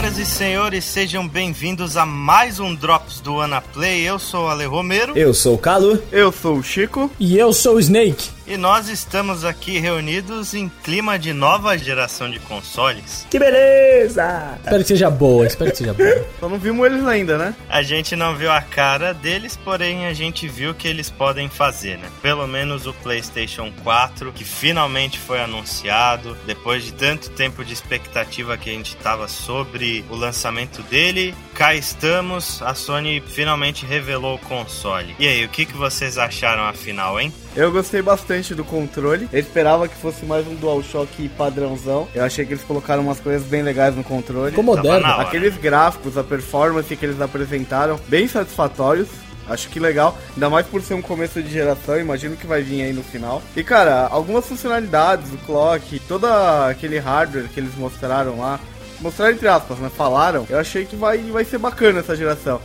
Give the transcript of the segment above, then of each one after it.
Senhoras e senhores, sejam bem-vindos a mais um Drops do Anaplay. Eu sou o Ale Romero. Eu sou o Calu. Eu sou o Chico. E eu sou o Snake. E nós estamos aqui reunidos em clima de nova geração de consoles. Que beleza! Espero que seja boa, Só não vimos eles ainda, né? A gente não viu a cara deles, porém a gente viu o que eles podem fazer, né? Pelo menos o PlayStation 4, que finalmente foi anunciado, depois de tanto tempo de expectativa que a gente tava sobre o lançamento dele. Cá estamos, a Sony finalmente revelou o console. E aí, o que vocês acharam afinal, hein? Eu gostei bastante do controle. Eu esperava que fosse mais um DualShock padrãozão. Eu achei que eles colocaram umas coisas bem legais no controle. Ficou moderno. Aqueles gráficos, a performance que eles apresentaram, bem satisfatórios. Acho que legal, ainda mais por ser um começo de geração, imagino que vai vir aí no final. E cara, algumas funcionalidades, o clock, todo aquele hardware que eles mostraram lá, mostraram entre aspas, né? Falaram. Eu achei que vai ser bacana essa geração.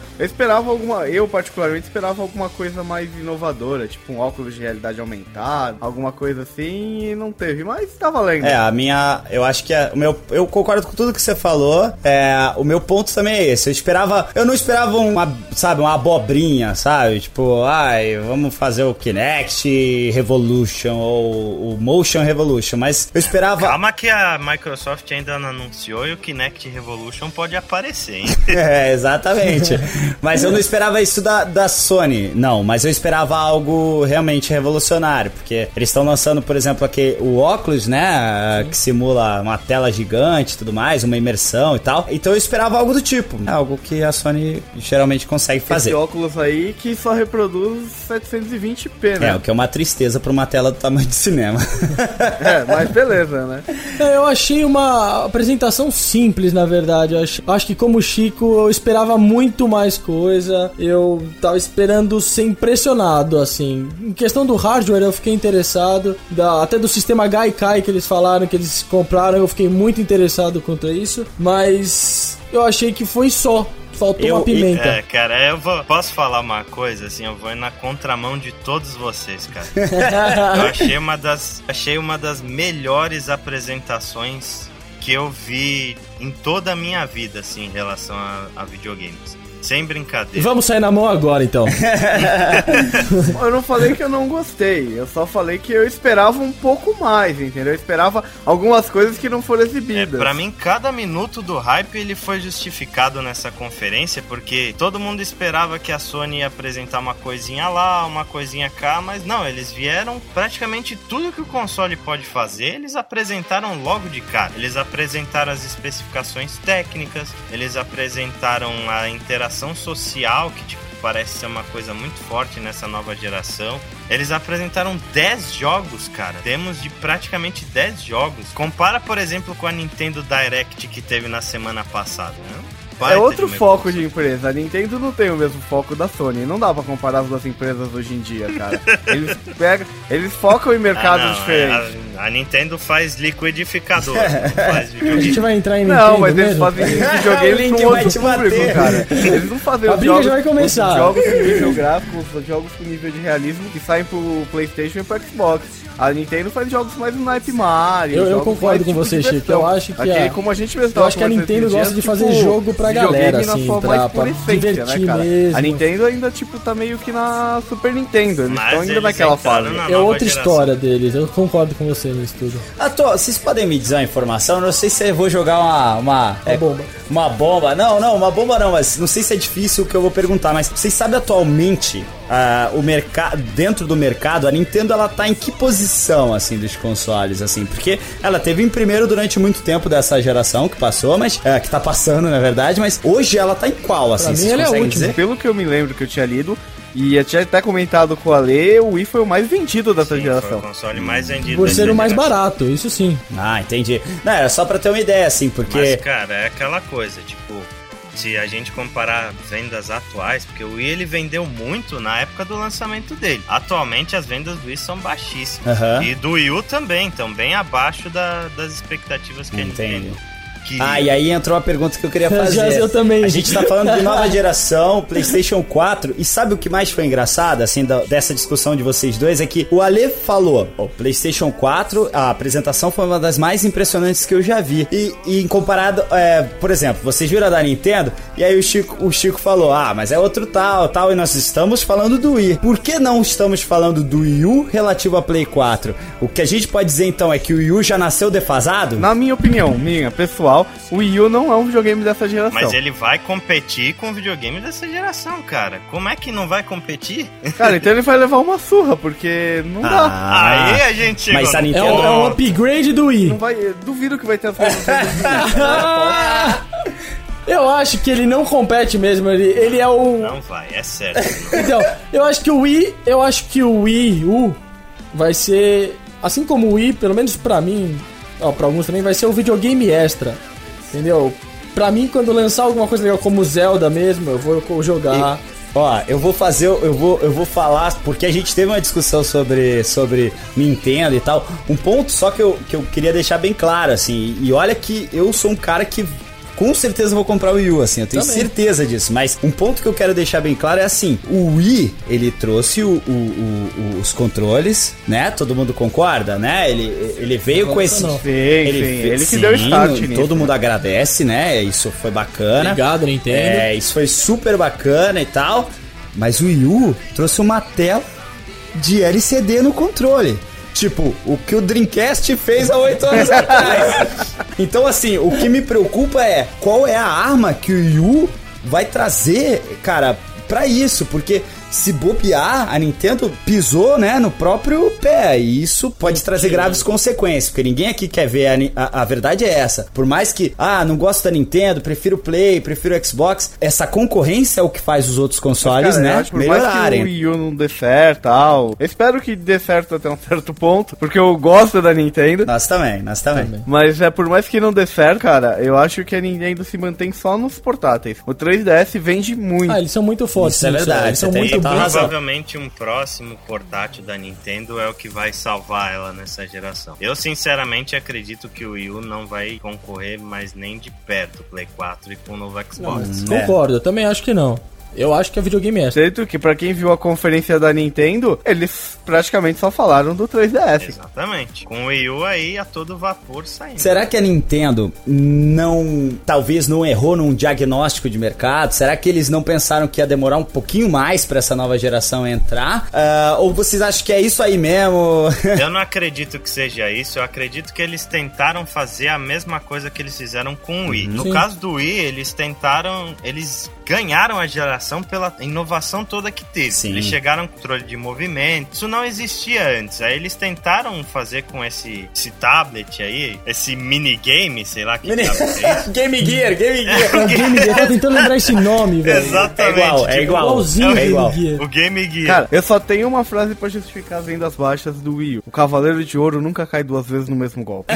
Eu particularmente esperava alguma coisa mais inovadora, tipo um óculos de realidade aumentada, alguma coisa assim, e não teve, mas tá valendo. Eu acho que eu concordo com tudo que você falou. O meu ponto também é esse. Eu não esperava uma abobrinha, sabe? Tipo, vamos fazer o Kinect Revolution ou o Motion Revolution, mas eu esperava... Calma que a Microsoft ainda não anunciou e o Kinect Revolution pode aparecer, hein? Exatamente. Mas eu não esperava isso da Sony, não. Mas eu esperava algo realmente revolucionário, porque eles estão lançando, por exemplo, o óculos, né? Que simula uma tela gigante e tudo mais, uma imersão e tal. Então eu esperava algo do tipo. Algo que a Sony geralmente consegue fazer. Esse óculos aí que só reproduz 720p, né? O que é uma tristeza pra uma tela do tamanho de cinema. Mas beleza, né? Eu achei uma apresentação simples, na verdade. Eu acho que como o Chico, eu esperava muito mais coisa. Eu tava esperando ser impressionado, assim. Em questão do hardware, eu fiquei interessado. Até do sistema Gaikai que eles falaram, que eles compraram, eu fiquei muito interessado quanto a isso. Mas eu achei que foi só. Faltou uma pimenta. Cara, posso falar uma coisa, assim, eu vou ir na contramão de todos vocês, cara. Eu achei uma das melhores apresentações que eu vi em toda a minha vida, assim, em relação a videogames. Sem brincadeira. Vamos sair na mão agora, então. Eu não falei que eu não gostei. Eu só falei que eu esperava um pouco mais, entendeu? Eu esperava algumas coisas que não foram exibidas. Pra mim, cada minuto do hype ele foi justificado nessa conferência, porque todo mundo esperava que a Sony ia apresentar uma coisinha lá, uma coisinha cá, mas não, eles vieram praticamente tudo que o console pode fazer, eles apresentaram logo de cara. Eles apresentaram as especificações técnicas, eles apresentaram a interação social, que tipo, parece ser uma coisa muito forte nessa nova geração. Eles apresentaram 10 jogos, cara. Temos de praticamente 10 jogos. Compara, por exemplo, com a Nintendo Direct que teve na semana passada, né? É outro foco de empresa. A Nintendo não tem o mesmo foco da Sony. Não dá pra comparar as duas empresas hoje em dia, cara. Eles focam em mercados diferentes. A Nintendo faz liquidificador, não faz videogame. A gente vai entrar em Nintendo. Não, mas eles fazem videogame pra um outro público, cara. Eles não fazem os jogos. Já vai começar. Os jogos com nível gráfico, os jogos com nível de realismo que saem pro PlayStation e pro Xbox. A Nintendo faz jogos mais no naipe Mario. Eu concordo com você, Chico. Eu acho que como a gente mesmo eu acho que a Nintendo gosta de fazer jogo pra galera, assim, pra divertir, né, cara? mesmo. A Nintendo ainda, tipo, tá meio que na Super Nintendo. Eles estão ainda naquela fase. É outra história deles. Eu concordo com você nisso tudo. Vocês podem me dizer uma informação? Eu não sei se eu vou jogar uma bomba. Uma bomba. Não, uma bomba não, mas não sei se é difícil o que eu vou perguntar, mas vocês sabem atualmente o mercado, dentro do mercado, a Nintendo ela tá em que posição, assim, dos consoles, assim? Porque ela teve em primeiro durante muito tempo dessa geração que passou, mas que tá passando, na verdade, mas hoje ela tá em qual, assim? Pra mim ela é a última. Dizer? Pelo que eu me lembro que eu tinha lido, e eu tinha até comentado com o Ale, o Wii foi o mais vendido dessa geração. Foi o console mais vendido. Por ser o mais barato, isso sim. Entendi. Não, era só pra ter uma ideia, assim, porque... Mas, cara, é aquela coisa, tipo... Se a gente comparar vendas atuais, porque o Wii ele vendeu muito na época do lançamento dele. Atualmente as vendas do Wii são baixíssimas. E do Wii U também, estão bem abaixo das expectativas que a Nintendo E aí entrou a pergunta que eu queria fazer. Eu também. A gente tá falando de nova geração, PlayStation 4, e sabe o que mais foi engraçado, assim, dessa discussão de vocês dois? É que o Ale falou, o PlayStation 4, a apresentação foi uma das mais impressionantes que eu já vi. E em comparado, por exemplo, vocês viram a da Nintendo, e aí o Chico falou, mas é outro tal, e nós estamos falando do Wii. Por que não estamos falando do Wii U relativo a Play 4? O que a gente pode dizer então é que o Wii U já nasceu defasado? Na minha opinião, pessoal, o Wii U não é um videogame dessa geração. Mas ele vai competir com o videogame dessa geração, cara. Como é que não vai competir? Cara, então ele vai levar uma surra, porque não dá. Aí a gente chegou. Mas a Nintendo... É um upgrade do Wii. Não vai, duvido que vai ter as coisas do Wii. Eu acho que ele não compete mesmo, ele é o... Não vai, é certo. Então, eu acho que o Wii U vai ser, assim como o Wii, pelo menos pra mim, pra alguns também, vai ser o videogame extra, entendeu? Pra mim, quando lançar alguma coisa legal como Zelda mesmo, eu vou jogar... Eu vou falar, porque a gente teve uma discussão sobre Nintendo e tal, um ponto só que eu queria deixar bem claro, assim, e olha que eu sou um cara que com certeza vou comprar o Wii U, assim, eu tenho certeza disso, mas um ponto que eu quero deixar bem claro é assim, o Wii, ele trouxe os controles, né, todo mundo concorda, né, ele veio com esse... Ele que deu start nisso. Todo mundo agradece, né, isso foi bacana. Obrigado, Nintendo. Isso foi super bacana e tal, mas o Wii U trouxe uma tela de LCD no controle. Tipo, o que o Dreamcast fez há 8 anos atrás. Então, assim, o que me preocupa é qual é a arma que o Wii U vai trazer, cara, pra isso. Porque se bobear, a Nintendo pisou, né, no próprio pé. E isso pode trazer graves consequências. Porque ninguém aqui quer ver, a verdade é essa. Por mais que, não gosto da Nintendo, prefiro o Play, prefiro o Xbox. Essa concorrência é o que faz os outros consoles, né, melhorarem. Mais que o Wii U não dê certo, tal. Eu espero que dê certo até um certo ponto, porque eu gosto da Nintendo. Nós também. Mas por mais que não dê certo, cara, eu acho que a Nintendo se mantém só nos portáteis. O 3DS vende muito. Eles são muito fortes. Isso é verdade. Eles são muito bons. Provavelmente um próximo portátil da Nintendo é o que vai salvar ela nessa geração. Eu sinceramente acredito que o Wii U não vai concorrer mais nem de perto, Play 4 e com o novo Xbox. Concordo, eu também acho que não. Eu acho que é videogame extra. Certo que pra quem viu a conferência da Nintendo, eles praticamente só falaram do 3DS. Exatamente. Com o Wii U aí a todo vapor saindo. Será que a Nintendo talvez não errou num diagnóstico de mercado? Será que eles não pensaram que ia demorar um pouquinho mais pra essa nova geração entrar? Ou vocês acham que é isso aí mesmo? Eu não acredito que seja isso. Eu acredito que eles tentaram fazer a mesma coisa que eles fizeram com o Wii. No caso do Wii, eles ganharam a geração pela inovação toda que teve. Sim. Eles chegaram com controle de movimento. Isso não existia antes. Aí eles tentaram fazer com esse tablet aí, esse minigame, sei lá que diabo é isso. Game Gear. Game Gear, tô tentando lembrar esse nome, velho. Exatamente. É igual. Igualzinho É igual. Game Gear. O Game Gear. Cara, eu só tenho uma frase pra justificar as vendas baixas do Wii U. O Cavaleiro de Ouro nunca cai 2 vezes no mesmo golpe.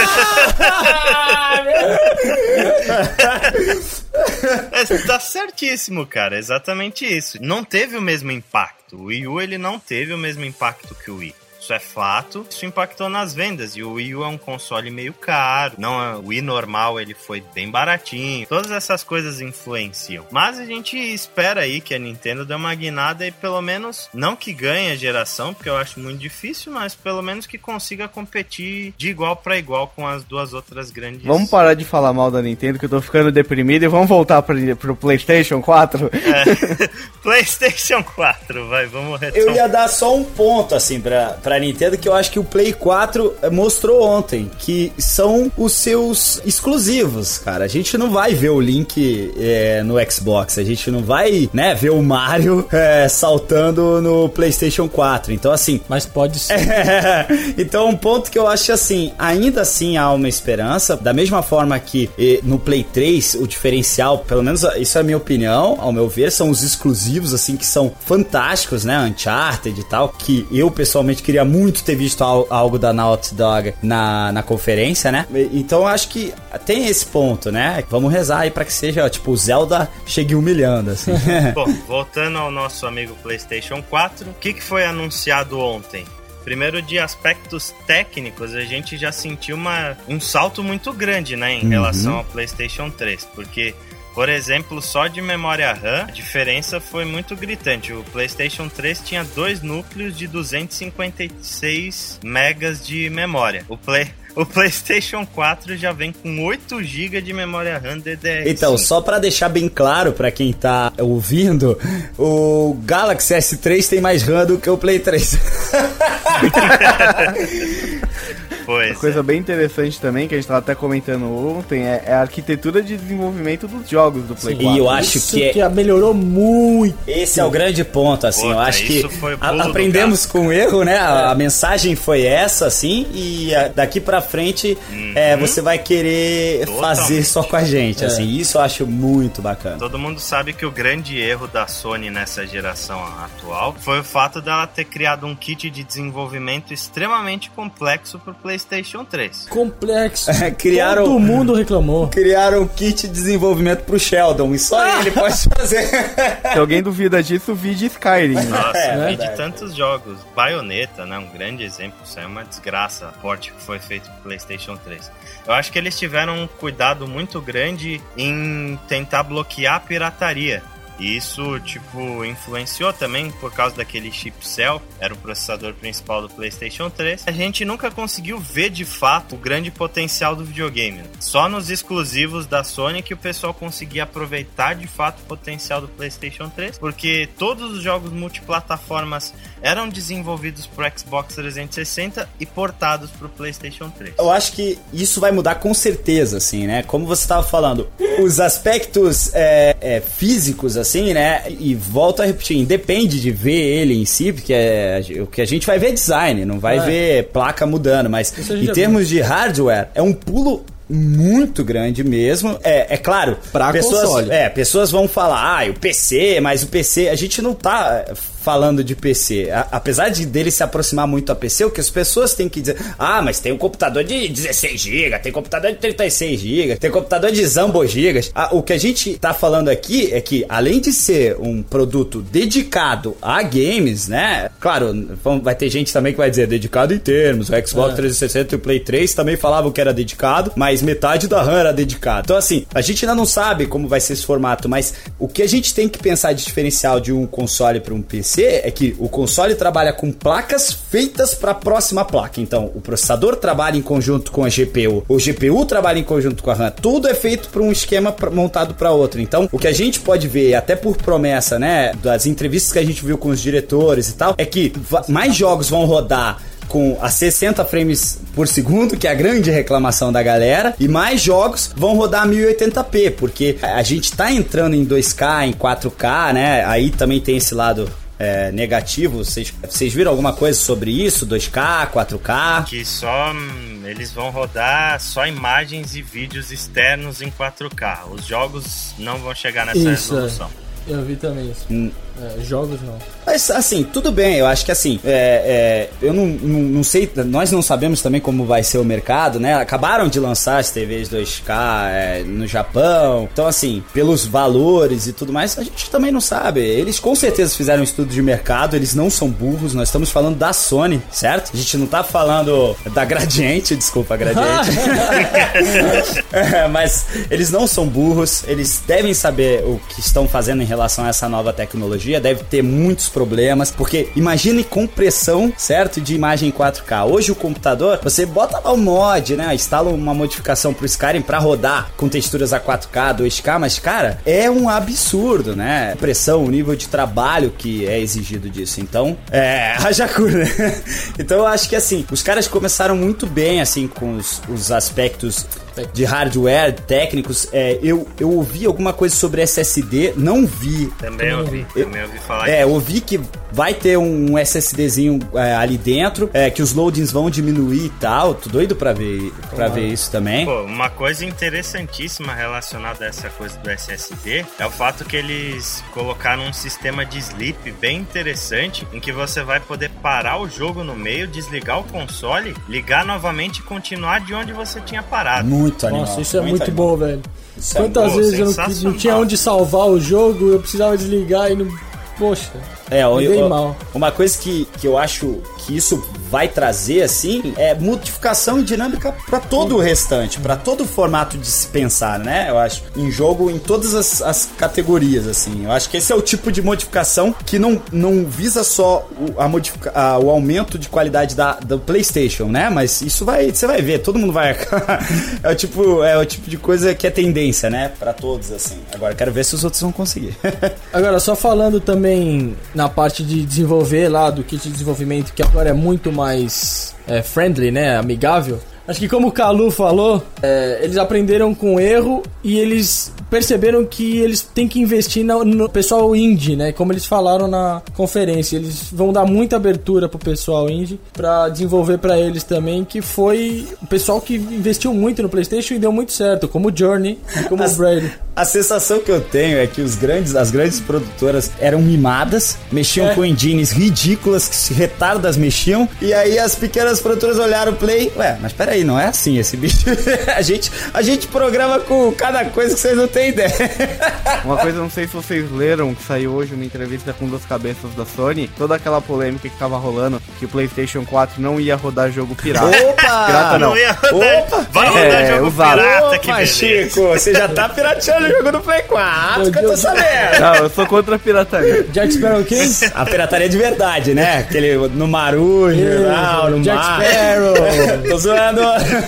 Tá certíssimo, cara. Exatamente isso. Não teve o mesmo impacto. O Wii U, ele não teve o mesmo impacto que o Wii. Isso é fato. Isso impactou nas vendas. E o Wii U é um console meio caro. Não, o Wii normal, ele foi bem baratinho. Todas essas coisas influenciam. Mas a gente espera aí que a Nintendo dê uma guinada e pelo menos, não que ganhe a geração, porque eu acho muito difícil, mas pelo menos que consiga competir de igual pra igual com as duas outras grandes. Vamos parar de falar mal da Nintendo, que eu tô ficando deprimido, e vamos voltar pro PlayStation 4? PlayStation 4, vamos retomar. Eu ia dar só um ponto, assim, pra Nintendo, que eu acho que o Play 4 mostrou ontem, que são os seus exclusivos, cara. A gente não vai ver o Link no Xbox, a gente não vai, né, ver o Mario saltando no PlayStation 4. Então, assim... Mas pode ser. Então, um ponto que eu acho, assim, ainda assim há uma esperança, da mesma forma que no Play 3, o diferencial, pelo menos isso é a minha opinião, ao meu ver, são os exclusivos, assim, que são fantásticos, né, Uncharted e tal, que eu, pessoalmente, queria muito ter visto algo da Naughty Dog na conferência, né? Então eu acho que tem esse ponto, né? Vamos rezar aí pra que seja, tipo, o Zelda chegue humilhando, assim. Bom, voltando ao nosso amigo PlayStation 4, o que foi anunciado ontem? Primeiro, de aspectos técnicos, a gente já sentiu um salto muito grande, né, em relação ao PlayStation 3, porque, por exemplo, só de memória RAM, a diferença foi muito gritante. O PlayStation 3 tinha 2 núcleos de 256 megas de memória. O PlayStation 4 já vem com 8 GB de memória RAM DDR5. Então, só pra deixar bem claro pra quem tá ouvindo, o Galaxy S3 tem mais RAM do que o Play 3. Uma coisa bem interessante também, que a gente tava até comentando ontem, é a arquitetura de desenvolvimento dos jogos do Play 4. E eu acho que melhorou muito. Esse é o grande ponto, assim. Eu acho que aprendemos com o erro, né? A mensagem foi essa, assim, e daqui pra frente você vai querer fazer só com a gente, assim. Isso eu acho muito bacana. Todo mundo sabe que o grande erro da Sony nessa geração atual foi o fato dela ter criado um kit de desenvolvimento extremamente complexo pro PlayStation 3. Complexo. Todo mundo reclamou. Criaram um kit de desenvolvimento pro Sheldon, e só ele pode fazer. Se alguém duvida disso, vide Skyrim. Nossa, vi de tantos jogos. Bayonetta, né, um grande exemplo. Isso é uma desgraça, a port que foi feito pro PlayStation 3. Eu acho que eles tiveram um cuidado muito grande em tentar bloquear a pirataria. E isso, influenciou também por causa daquele chip Cell, era o processador principal do PlayStation 3. A gente nunca conseguiu ver de fato o grande potencial do videogame. Só nos exclusivos da Sony que o pessoal conseguia aproveitar de fato o potencial do PlayStation 3, porque todos os jogos multiplataformas eram desenvolvidos pro Xbox 360 e portados pro PlayStation 3. Eu acho que isso vai mudar com certeza, assim, né? Como você estava falando, os aspectos físicos, assim, né? E volto a repetir, independe de ver ele em si, porque o que a gente vai ver é design, não vai ver placa mudando, mas em termos de hardware, é um pulo muito grande mesmo. É claro, pessoas vão falar, o PC, mas o PC, a gente não tá falando de PC. Apesar dele se aproximar muito a PC, o que as pessoas têm que dizer, mas tem um computador de 16 GB, tem computador de 36 GB, tem computador de Zambo gigas. O que a gente tá falando aqui é que, além de ser um produto dedicado a games, né? Claro, vai ter gente também que vai dizer dedicado em termos. O Xbox 360 e o Play 3 também falavam que era dedicado, mas metade da RAM era dedicado. Então, assim, a gente ainda não sabe como vai ser esse formato, mas o que a gente tem que pensar de diferencial de um console para um PC é que o console trabalha com placas feitas para a próxima placa. Então, o processador trabalha em conjunto com a GPU, o GPU trabalha em conjunto com a RAM. Tudo é feito para um esquema montado para outro. Então, o que a gente pode ver, até por promessa, né, das entrevistas que a gente viu com os diretores e tal, é que mais jogos vão rodar com a 60 frames por segundo, que é a grande reclamação da galera, e mais jogos vão rodar 1080p, porque a gente tá entrando em 2K, em 4K, né? Aí também tem esse lado negativo. Vocês viram alguma coisa sobre isso? 2K, 4K? Que eles vão rodar só imagens e vídeos externos em 4K. Os jogos não vão chegar nessa resolução. Eu vi também isso. Jogos não. Mas, assim, tudo bem, eu acho que assim, eu não sei, nós não sabemos também como vai ser o mercado, né? Acabaram de lançar as TVs 2K no Japão, então assim, pelos valores e tudo mais, a gente também não sabe. Eles com certeza fizeram um estudo de mercado, eles não são burros, nós estamos falando da Sony, certo? A gente não tá falando da Gradiente, desculpa, Gradiente. Mas eles não são burros, eles devem saber o que estão fazendo em relação a essa nova tecnologia, deve ter muitos problemas, porque imagine compressão, certo, de imagem em 4K. Hoje o computador, você bota lá o mod, né, instala uma modificação pro Skyrim pra rodar com texturas a 4K, 2K, mas cara, é um absurdo, né, compressão, o nível de trabalho que é exigido disso. Então, haja cura, né? Então eu acho que assim, os caras começaram muito bem assim com os aspectos de hardware, técnicos. Eu ouvi alguma coisa sobre SSD, não vi. Também ouvi falar disso. Eu ouvi que vai ter um SSDzinho ali dentro, que os loadings vão diminuir e tal. Tô doido pra ver isso também. Pô, uma coisa interessantíssima relacionada a essa coisa do SSD é o fato que eles colocaram um sistema de sleep bem interessante, em que você vai poder parar o jogo no meio, desligar o console, ligar novamente e continuar de onde você tinha parado. Muito animal. Nossa, isso é muito bom, velho. Quantas vezes eu não tinha onde salvar o jogo, eu precisava desligar e não... Poxa, mal. Uma coisa que eu acho que isso vai trazer, assim, é modificação e dinâmica pra todo o restante, pra todo o formato de se pensar, né? Eu acho, em jogo, em todas as categorias, assim. Eu acho que esse é o tipo de modificação que não visa só o aumento de qualidade do PlayStation, né? Mas isso você vai ver, todo mundo vai... é o tipo de coisa que é tendência, né? Pra todos, assim. Agora, quero ver se os outros vão conseguir. Agora, só falando também na parte de desenvolver lá, do kit de desenvolvimento, que agora é muito mais friendly, né? Amigável. Acho que como o Kalu falou, eles aprenderam com erro e eles perceberam que eles têm que investir no pessoal indie, né? Como eles falaram na conferência, eles vão dar muita abertura pro pessoal indie pra desenvolver pra eles também, que foi o pessoal que investiu muito no PlayStation e deu muito certo, como o Journey e como o Braid. A sensação que eu tenho é que as grandes produtoras eram mimadas, mexiam com engines ridículas, que se retardas mexiam, e aí as pequenas produtoras olharam o Play, mas peraí, não é assim esse bicho. a gente programa com cada coisa que vocês não têm ideia. Uma coisa, não sei se vocês leram, que saiu hoje uma entrevista com 2 cabeças da Sony, toda aquela polêmica que tava rolando, que o PlayStation 4 não ia rodar jogo pirata. Opa! Pirata não. Ia rodar, Opa! vai rodar jogo usado. pirata, que Opa, beleza. Chico, você já tá pirateando o jogo do Play 4, que eu tô sabendo. Não, eu sou contra a pirataria. Jack Sparrow King? A pirataria de verdade, né? Aquele no Maru, no Jack mar. Sparrow. Tô zoando.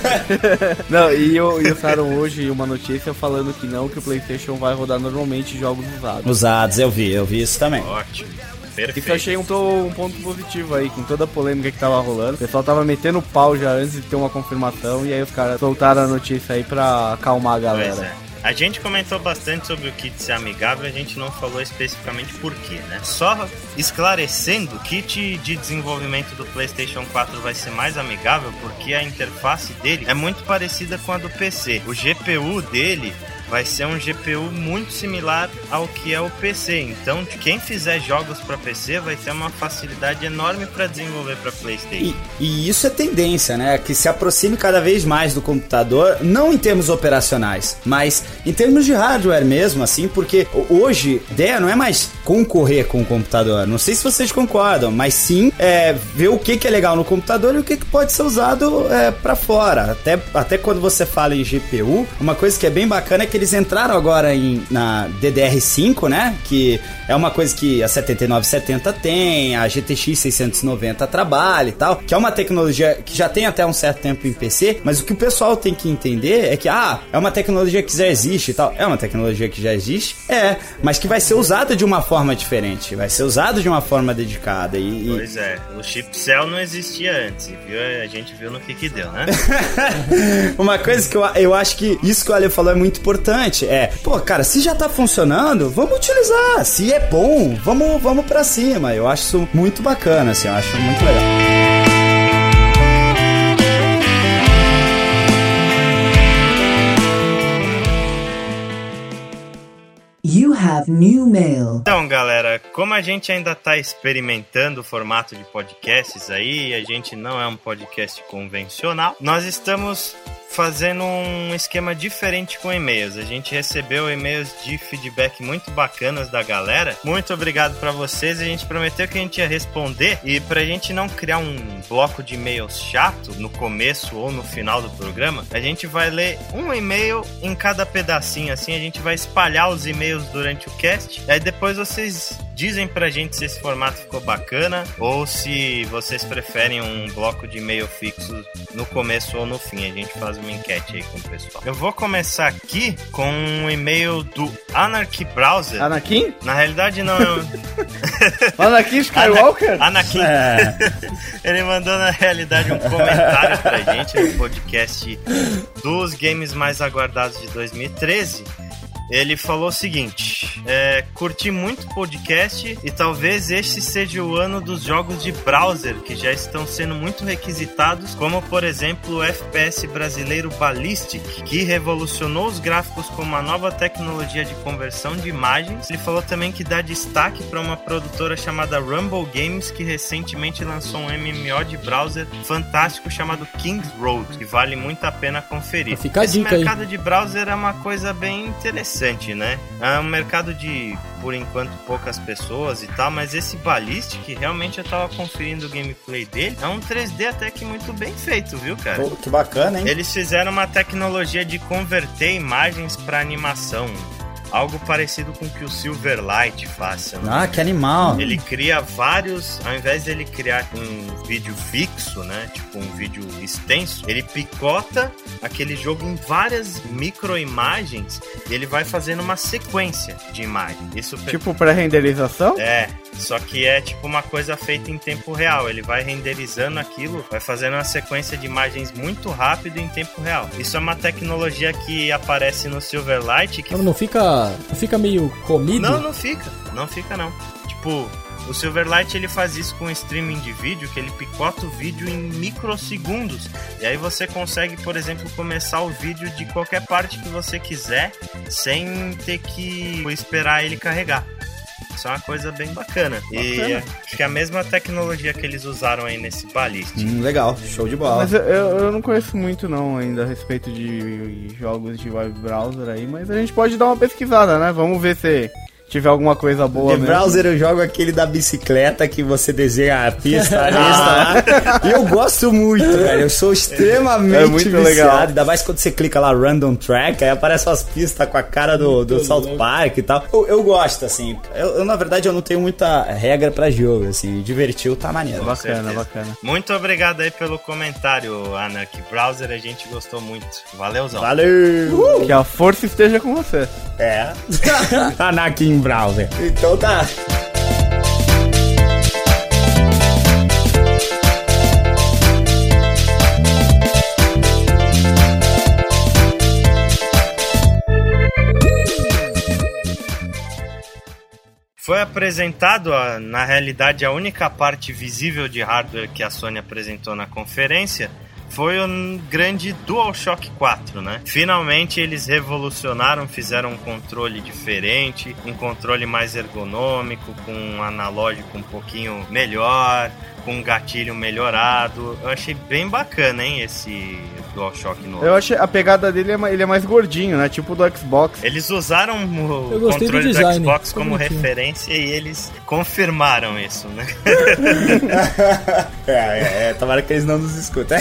Não, e usaram hoje uma notícia falando que não, que o PlayStation vai rodar normalmente jogos usados. Usados, eu vi isso também. Ótimo. Perfeito. Isso eu achei um ponto positivo aí, com toda a polêmica que tava rolando. O pessoal tava metendo pau já antes de ter uma confirmação, e aí os caras soltaram a notícia aí pra acalmar a galera. Pois é. A gente comentou bastante sobre o kit ser amigável, a gente não falou especificamente por quê, né? Só esclarecendo, o kit de desenvolvimento do PlayStation 4 vai ser mais amigável porque a interface dele é muito parecida com a do PC. O GPU dele vai ser um GPU muito similar ao que é o PC. Então, quem fizer jogos para PC vai ter uma facilidade enorme para desenvolver para PlayStation. E isso é tendência, né? Que se aproxime cada vez mais do computador, não em termos operacionais, mas em termos de hardware mesmo, assim, porque hoje a ideia não é mais concorrer com o computador. Não sei se vocês concordam, mas sim ver o que é legal no computador e o que pode ser usado para fora. Até quando você fala em GPU, uma coisa que é bem bacana é que eles entraram agora na DDR5, né? Que é uma coisa que a 7970 tem, a GTX 690 trabalha e tal, que é uma tecnologia que já tem até um certo tempo em PC, mas o que o pessoal tem que entender é que, é uma tecnologia que já existe e tal. É uma tecnologia que já existe? Mas que vai ser usada de uma forma diferente, vai ser usada de uma forma dedicada. Pois é, o chip Cell não existia antes, viu? A gente viu no que deu, né? Uma coisa que eu acho que isso que o Ale falou é muito importante. Cara, se já tá funcionando, vamos utilizar. Se é bom, vamos pra cima. Eu acho isso muito bacana, assim, eu acho muito legal. You have new mail. Então, galera, como a gente ainda tá experimentando o formato de podcasts aí, a gente não é um podcast convencional, nós estamos fazendo um esquema diferente com e-mails. A gente recebeu e-mails de feedback muito bacanas da galera. Muito obrigado pra vocês. A gente prometeu que a gente ia responder, e pra gente não criar um bloco de e-mails chato no começo ou no final do programa, a gente vai ler um e-mail em cada pedacinho, assim a gente vai espalhar os e-mails durante o cast. Aí depois vocês dizem pra gente se esse formato ficou bacana ou se vocês preferem um bloco de e-mail fixo no começo ou no fim. A gente faz uma enquete aí com o pessoal. Eu vou começar aqui com um e-mail do Anarchy Browser. Anakin? Na realidade não é um... Anakin Skywalker? Anakin. Ele mandou na realidade um comentário pra gente no podcast dos games mais aguardados de 2013. Ele falou o seguinte: curti muito o podcast e talvez este seja o ano dos jogos de browser que já estão sendo muito requisitados, como por exemplo o FPS brasileiro Ballistic, que revolucionou os gráficos com uma nova tecnologia de conversão de imagens. Ele falou também que dá destaque para uma produtora chamada Rumble Games, que recentemente lançou um MMO de browser fantástico chamado King's Road, que vale muito a pena conferir. Fica a Esse dica mercado aí de browser é uma coisa bem interessante, né? É um mercado falando de, por enquanto, poucas pessoas e tal, mas esse Ballistic, realmente eu tava conferindo o gameplay dele, é um 3D até que muito bem feito, viu, cara? Pô, que bacana, hein? Eles fizeram uma tecnologia de converter imagens pra animação. Algo parecido com o que o Silverlight faz. Que animal. Ele cria vários, ao invés dele criar um vídeo fixo, né, tipo um vídeo extenso, ele picota aquele jogo em várias microimagens e ele vai fazendo uma sequência de imagens. Isso tipo pré-renderização? É, só que é tipo uma coisa feita em tempo real. Ele vai renderizando aquilo, vai fazendo uma sequência de imagens muito rápido em tempo real. Isso é uma tecnologia que aparece no Silverlight que... Não fica meio comido? Não fica. Não fica, não. Tipo, o Silverlight ele faz isso com streaming de vídeo, que ele picota o vídeo em microsegundos. E aí você consegue, por exemplo, começar o vídeo de qualquer parte que você quiser, sem ter que esperar ele carregar. Isso é uma coisa bem bacana. E acho que é a mesma tecnologia que eles usaram aí nesse Ballistic. Legal, show de bola. Mas eu não conheço muito não ainda a respeito de jogos de web browser aí, mas a gente pode dar uma pesquisada, né? Vamos ver se tiver alguma coisa boa mesmo. De browser eu jogo aquele da bicicleta que você desenha a pista, a lista. E eu gosto muito, velho. Eu sou extremamente muito viciado. Legal. Ainda mais quando você clica lá Random Track, aí aparecem as pistas com a cara do South Park e tal. Eu gosto, assim. Eu, na verdade, eu não tenho muita regra pra jogo, assim. Divertiu, tá maneiro. Bacana. Muito obrigado aí pelo comentário, Anarchy Browser. A gente gostou muito. Valeuzão. Valeu! Que a força esteja com você. É. Anarchy Browser. Então tá. Foi apresentado, na realidade, a única parte visível de hardware que a Sony apresentou na conferência foi o grande DualShock 4, né? Finalmente eles revolucionaram, fizeram um controle diferente, um controle mais ergonômico, com um analógico um pouquinho melhor, com um gatilho melhorado. Eu achei bem bacana, hein, esse DualShock novo. Eu achei a pegada dele, ele é mais gordinho, né? Tipo do Xbox. Eles usaram o controle do Xbox como referência e eles confirmaram isso, né? Tomara que eles não nos escutem.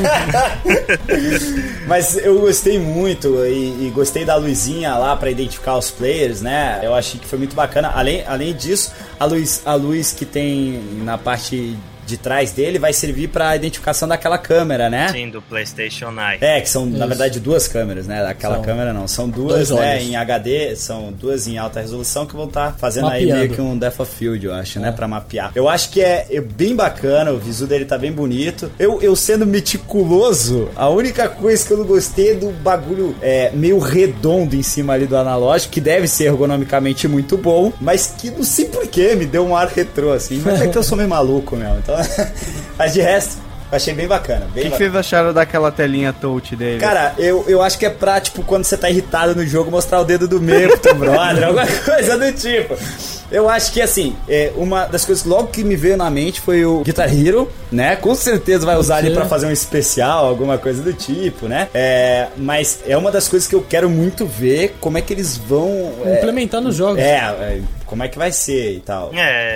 Mas eu gostei muito e gostei da luzinha lá pra identificar os players, né? Eu achei que foi muito bacana. Além disso, a luz que tem na parte de trás dele vai servir pra identificação daquela câmera, né? Sim, do PlayStation Eye. É, que são, na verdade, duas câmeras, né? Daquela câmera não, são duas, né, em HD, são duas em alta resolução que vão estar fazendo mapeando. Aí meio que um depth of field, eu acho, né? Pra mapear. Eu acho que é bem bacana, o visu dele tá bem bonito. Eu sendo meticuloso, a única coisa que eu não gostei é do bagulho meio redondo em cima ali do analógico, que deve ser ergonomicamente muito bom, mas que não sei porquê me deu um ar retrô, assim. Mas é que eu sou meio maluco mesmo, então... Mas de resto, eu achei bem bacana. O que vocês acharam daquela telinha touch dele? Cara, eu acho que é pra, tipo, quando você tá irritado no jogo, mostrar o dedo do meio pro teu brother, alguma coisa do tipo. Eu acho que, assim, uma das coisas logo que me veio na mente foi o Guitar Hero, né? Com certeza vai usar ali pra fazer um especial, alguma coisa do tipo, né? Mas é uma das coisas que eu quero muito ver como é que eles vão... implementar nos jogos. Como é que vai ser e tal.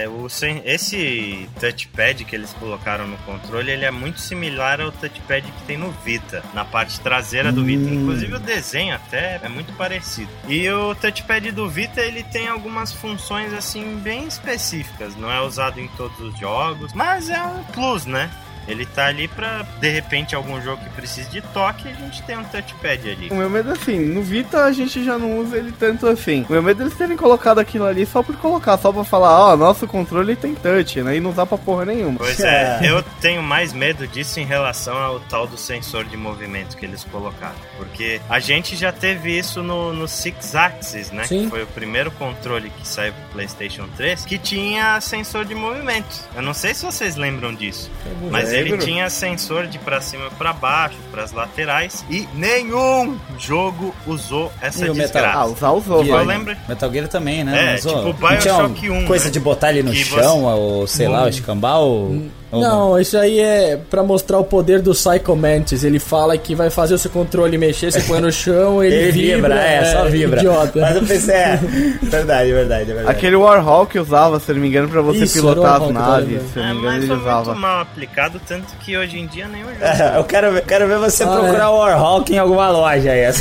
Esse touchpad que eles colocaram no controle, ele é muito similar ao touchpad que tem no Vita, na parte traseira do Vita. Inclusive o desenho até é muito parecido. E o touchpad do Vita, ele tem algumas funções assim bem específicas. Não é usado em todos os jogos, mas é um plus, né? Ele tá ali pra, de repente, algum jogo que precise de toque, a gente tem um touchpad ali. O meu medo é assim, no Vita a gente já não usa ele tanto assim. O meu medo é eles terem colocado aquilo ali só por colocar, só pra falar, nosso controle tem touch, né? E não usar pra porra nenhuma. Pois é, eu tenho mais medo disso em relação ao tal do sensor de movimento que eles colocaram. Porque a gente já teve isso no Six Axis, né? Sim. Que foi o primeiro controle que saiu pro PlayStation 3, que tinha sensor de movimento. Eu não sei se vocês lembram disso, mas ele tinha sensor de pra cima e pra baixo, pras laterais, e nenhum jogo usou essa desgraça. Usou. Eu lembro. Metal Gear também, né? Tipo BioShock 1. Coisa de botar ele no chão, ou sei lá, o escambau. Ou Não, isso aí é pra mostrar o poder do Psycho Mantis. Ele fala que vai fazer o seu controle mexer, você põe no chão, ele vibra. Só vibra. Idiota. Mas eu pensei, verdade. Aquele Warhawk usava, se não me engano, pra você Isso, pilotar era o as Warhawk, naves. Se eu não me engano, Mas ele foi usava. muito mal aplicado, tanto que hoje em dia nem o jogo. Eu quero ver você procurar o Warhawk em alguma loja aí.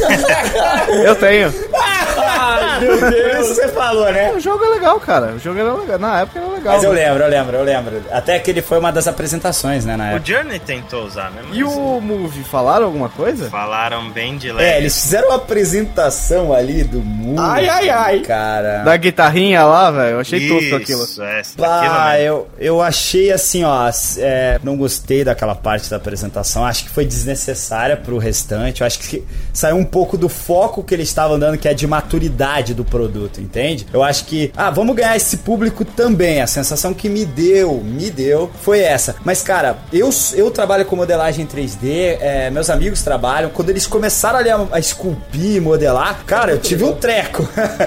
Eu tenho. Ai, meu Deus. Você falou, né? O jogo é legal, cara. O jogo era legal. Na época era legal. Mas eu lembro. Até que ele foi uma das apresentações, né, na O época. Journey tentou usar, né? Mas E o Move, falaram alguma coisa? falaram bem de leve. Eles fizeram uma apresentação ali do mundo. Ai. Cara. Da guitarrinha lá, velho. Eu achei tosco aquilo. Isso, daquilo mesmo. Eu achei assim, ó, não gostei daquela parte da apresentação, acho que foi desnecessária pro restante, eu acho que saiu um pouco do foco que eles estavam dando, que é de maturidade do produto, entende? Eu acho que, vamos ganhar esse público também, a sensação que me deu foi essa. Mas, cara, eu trabalho com modelagem 3D, meus amigos trabalham, quando eles começaram ali a esculpir, modelar, cara, eu tive um treco.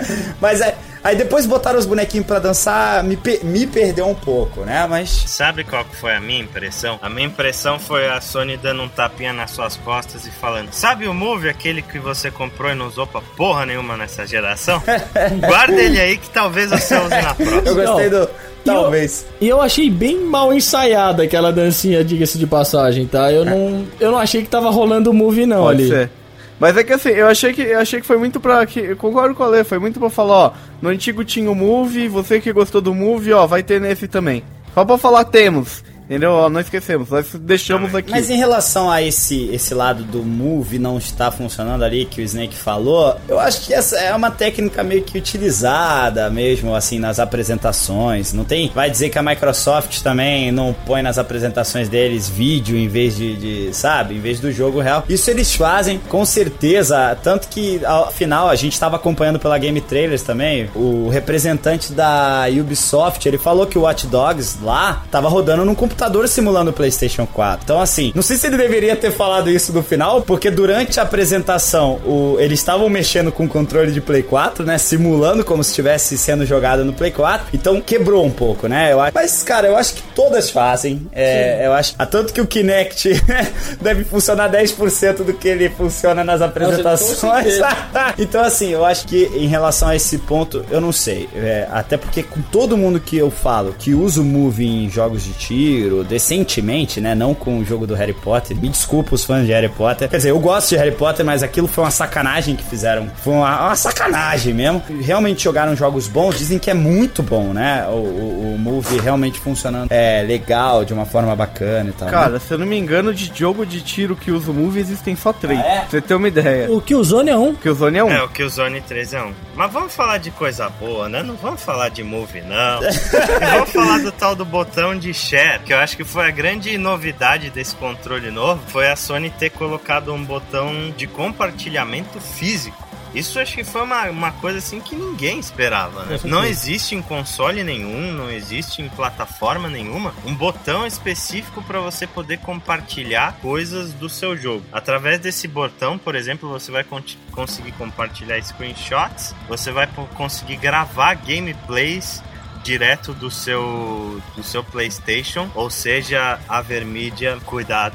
Mas aí depois botaram os bonequinhos pra dançar, me perdeu um pouco, né? Mas... Sabe qual que foi a minha impressão? A minha impressão foi a Sony dando um tapinha nas suas costas e falando: sabe o Move, aquele que você comprou e não usou pra porra nenhuma nessa geração? Guarda ele aí que talvez você use na próxima. Eu gostei do... Talvez. E eu achei bem mal ensaiada aquela dancinha, diga-se de passagem, tá? Eu não achei que tava rolando o Move não. Pode ali. ser. Mas é que assim, eu achei que foi muito pra... eu concordo com a Lê, foi muito pra falar, ó, no antigo tinha o Move, você que gostou do Move, ó, vai ter nesse também. Só pra falar temos, entendeu? Ó, não esquecemos, nós deixamos aqui. Mas em relação a esse lado do Move não estar funcionando ali, que o Snake falou, eu acho que essa é uma técnica meio que utilizada mesmo, assim, nas apresentações. Não tem... Vai dizer que a Microsoft também não põe nas apresentações deles vídeo em vez sabe? Em vez do jogo real. Isso eles fazem, com certeza. Tanto que, ao final, a gente estava acompanhando pela Game Trailers também, o representante da Ubisoft, ele falou que o Watch Dogs lá tava rodando num computador simulando o PlayStation 4. Então, assim, não sei se ele deveria ter falado isso no final, porque durante a apresentação eles estavam mexendo com o controle de Play 4, né? Simulando como se estivesse sendo jogado no Play 4. Então, quebrou um pouco, né? Mas, cara, eu acho que todas fazem. Eu acho... Tanto que o Kinect deve funcionar 10% do que ele funciona nas apresentações. Então, assim, eu acho que em relação a esse ponto, eu não sei. Até porque com todo mundo que eu falo que usa o Move em jogos de tiro, decentemente, né? Não com o jogo do Harry Potter. Me desculpa os fãs de Harry Potter. Quer dizer, eu gosto de Harry Potter, mas aquilo foi uma sacanagem que fizeram. Foi uma sacanagem mesmo. Realmente jogaram jogos bons, dizem que é muito bom, né? O Move realmente funcionando legal, de uma forma bacana e tal. Cara, né? se eu não me engano, de jogo de tiro que usa o Move existem só 3. Pra você ter uma ideia. O Killzone é um. O Killzone é 1. O Killzone 3 é 1. Mas vamos falar de coisa boa, né? Não vamos falar de Move, não. Vamos falar do tal do botão de share, que eu acho que foi a grande novidade desse controle novo, foi a Sony ter colocado um botão de compartilhamento físico. Isso acho que foi uma coisa assim que ninguém esperava, né? Não existe em console nenhum, não existe em plataforma nenhuma um botão específico para você poder compartilhar coisas do seu jogo. Através desse botão, por exemplo, você vai conseguir compartilhar screenshots, você vai conseguir gravar gameplays direto do seu PlayStation, ou seja, a Vermídia, cuidado.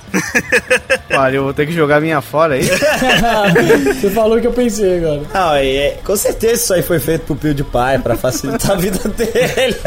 Eu vou ter que jogar minha fora aí. Você falou o que eu pensei agora. Não, com certeza isso aí foi feito pro PewDiePie pra facilitar a vida dele.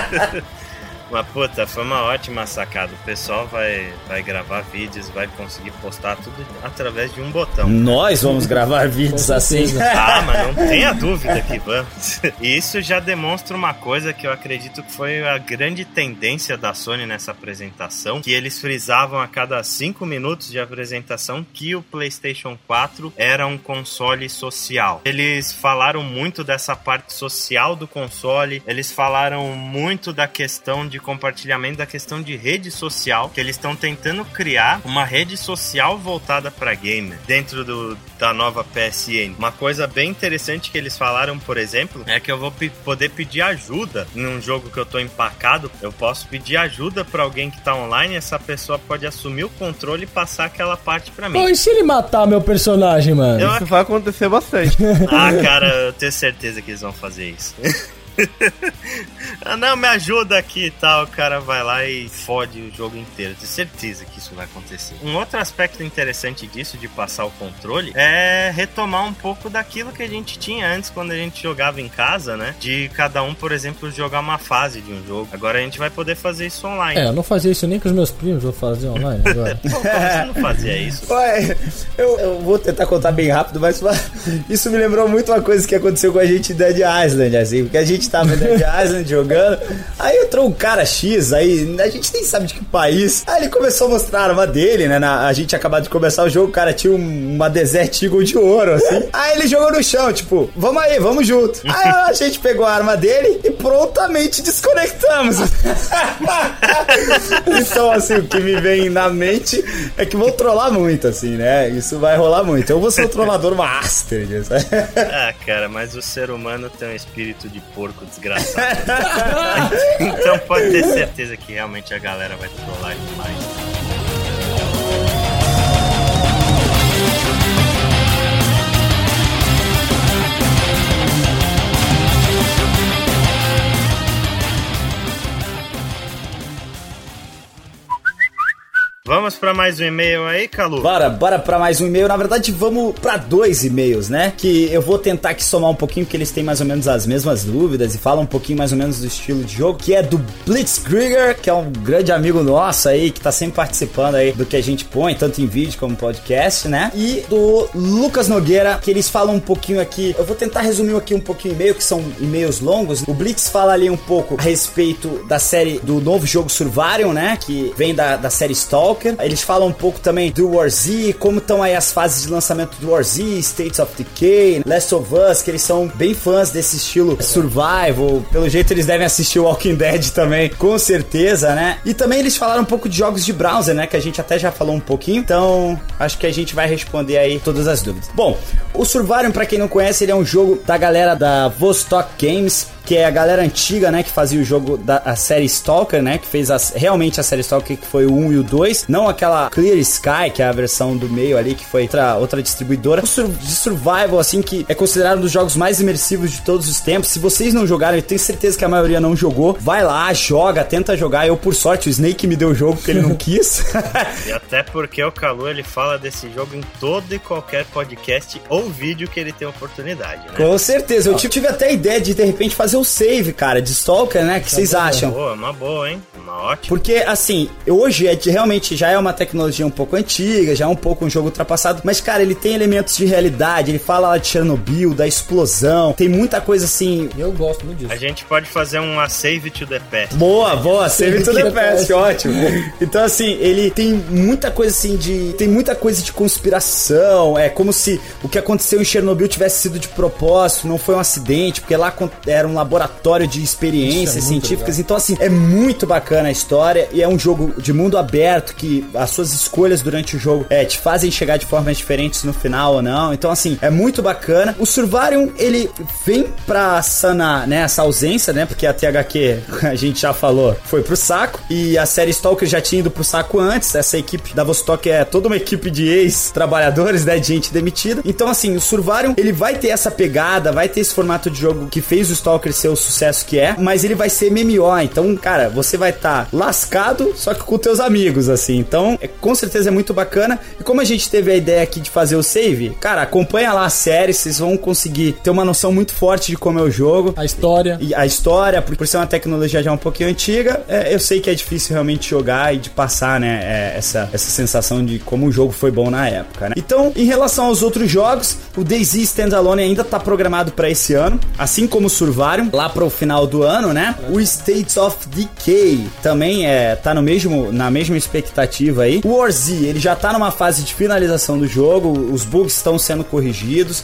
Mas puta, foi uma ótima sacada. O pessoal vai gravar vídeos, vai conseguir postar tudo através de um botão. Nós vamos gravar vídeos assim. Mas não tenha dúvida que vamos. E isso já demonstra uma coisa que eu acredito que foi a grande tendência da Sony nessa apresentação, que eles frisavam a cada 5 minutos de apresentação que o PlayStation 4 era um console social. Eles falaram muito dessa parte social do console, eles falaram muito da questão de compartilhamento, da questão de rede social, que eles estão tentando criar uma rede social voltada para gamer dentro da nova PSN. Uma coisa bem interessante que eles falaram, por exemplo, é que eu vou poder pedir ajuda num jogo que eu tô empacado. Eu posso pedir ajuda para alguém que tá online, essa pessoa pode assumir o controle e passar aquela parte para mim. Pô, e se ele matar meu personagem, mano? Isso vai acontecer bastante. Cara, eu tenho certeza que eles vão fazer isso. Não, me ajuda aqui e tal. O cara vai lá e fode o jogo inteiro. Tenho certeza que isso vai acontecer. Um outro aspecto interessante disso, de passar o controle, é retomar um pouco daquilo que a gente tinha antes, quando a gente jogava em casa, né? De cada um, por exemplo, jogar uma fase de um jogo. Agora a gente vai poder fazer isso online. Eu não fazia isso nem com os meus primos, vou fazer online agora. Pô, como você não fazia isso? Ué, eu vou tentar contar bem rápido, mas isso me lembrou muito uma coisa que aconteceu com a gente em Dead Island, assim, porque a gente tava em Dead Island jogando, aí entrou um cara X, aí a gente nem sabe de que país, aí ele começou a mostrar a arma dele, né, a gente acabado de começar o jogo, o cara tinha uma Desert Eagle de ouro, assim, aí ele jogou no chão, tipo, vamos aí, vamos junto. Aí a gente pegou a arma dele e prontamente desconectamos. Então, assim, o que me vem na mente é que vou trollar muito, assim, né, isso vai rolar muito. Eu vou ser o trollador master disso. Ah, cara, mas o ser humano tem um espírito de porco desgraçado. Então pode ter certeza que realmente a galera vai trollar demais. Vamos pra mais um e-mail aí, Calu? Bora pra mais um e-mail. Na verdade, vamos pra 2 e-mails, né? Que eu vou tentar aqui somar um pouquinho, porque eles têm mais ou menos as mesmas dúvidas e falam um pouquinho mais ou menos do estilo de jogo, que é do Blitzkrieger, que é um grande amigo nosso aí, que tá sempre participando aí do que a gente põe, tanto em vídeo como podcast, né? E do Lucas Nogueira, que eles falam um pouquinho aqui. Eu vou tentar resumir aqui um pouquinho o e-mail, que são e-mails longos. O Blitz fala ali um pouco a respeito da série, do novo jogo Survarium, né? Que vem da série Stalker. Eles falam um pouco também do War Z, como estão aí as fases de lançamento do War Z, States of Decay, Last of Us, que eles são bem fãs desse estilo survival. Pelo jeito eles devem assistir Walking Dead também, com certeza, né? E também eles falaram um pouco de jogos de browser, né? Que a gente até já falou um pouquinho. Então, acho que a gente vai responder aí todas as dúvidas. Bom, o Survarium, pra quem não conhece, ele é um jogo da galera da Vostok Games, que é a galera antiga, né, que fazia o jogo da série Stalker, né, que fez realmente a série Stalker, que foi o 1 e o 2, não aquela Clear Sky, que é a versão do meio ali, que foi outra distribuidora. O de Survival, assim, que é considerado um dos jogos mais imersivos de todos os tempos. Se vocês não jogaram, eu tenho certeza que a maioria não jogou, vai lá, joga, tenta jogar. Eu, por sorte, o Snake me deu o jogo porque ele não quis. E até porque o Calu, ele fala desse jogo em todo e qualquer podcast ou vídeo que ele tem oportunidade, né? Com certeza, eu tive até a ideia de repente fazer o save, cara, de Stalker, né? Que vocês acham? Uma boa, hein? Uma ótima. Porque, assim, hoje realmente já é uma tecnologia um pouco antiga, já é um pouco um jogo ultrapassado, mas, cara, ele tem elementos de realidade, ele fala lá de Chernobyl, da explosão, tem muita coisa assim... Eu gosto muito disso. A gente pode fazer uma save to the past. Boa, save to the past, ótimo. Então, assim, ele tem muita coisa assim tem muita coisa de conspiração, é como se o que aconteceu em Chernobyl tivesse sido de propósito, não foi um acidente, porque lá era um laboratório de experiências científicas. Então, assim, é muito bacana a história e é um jogo de mundo aberto que as suas escolhas durante o jogo te fazem chegar de formas diferentes no final ou não. Então, assim, é muito bacana. O Survarium, ele vem pra sanar, né, essa ausência, né, porque a THQ, a gente já falou, foi pro saco e a série Stalker já tinha ido pro saco antes. Essa equipe da Vostok é toda uma equipe de ex-trabalhadores, né, de gente demitida. Então, assim, o Survarium, ele vai ter essa pegada, vai ter esse formato de jogo que fez o Stalker ser o sucesso que é, mas ele vai ser MMO, então, cara, você vai estar lascado, só que com teus amigos, assim, então, com certeza é muito bacana, e como a gente teve a ideia aqui de fazer o save, cara, acompanha lá a série, vocês vão conseguir ter uma noção muito forte de como é o jogo. A história. E a história, por ser uma tecnologia já um pouquinho antiga, eu sei que é difícil realmente jogar e de passar, né, essa sensação de como o jogo foi bom na época, né. Então, em relação aos outros jogos, o DayZ Standalone ainda tá programado pra esse ano, assim como o Survarium, lá pro final do ano, né? O States of Decay também tá na mesma expectativa aí. O War Z, ele já tá numa fase de finalização do jogo, os bugs estão sendo corrigidos.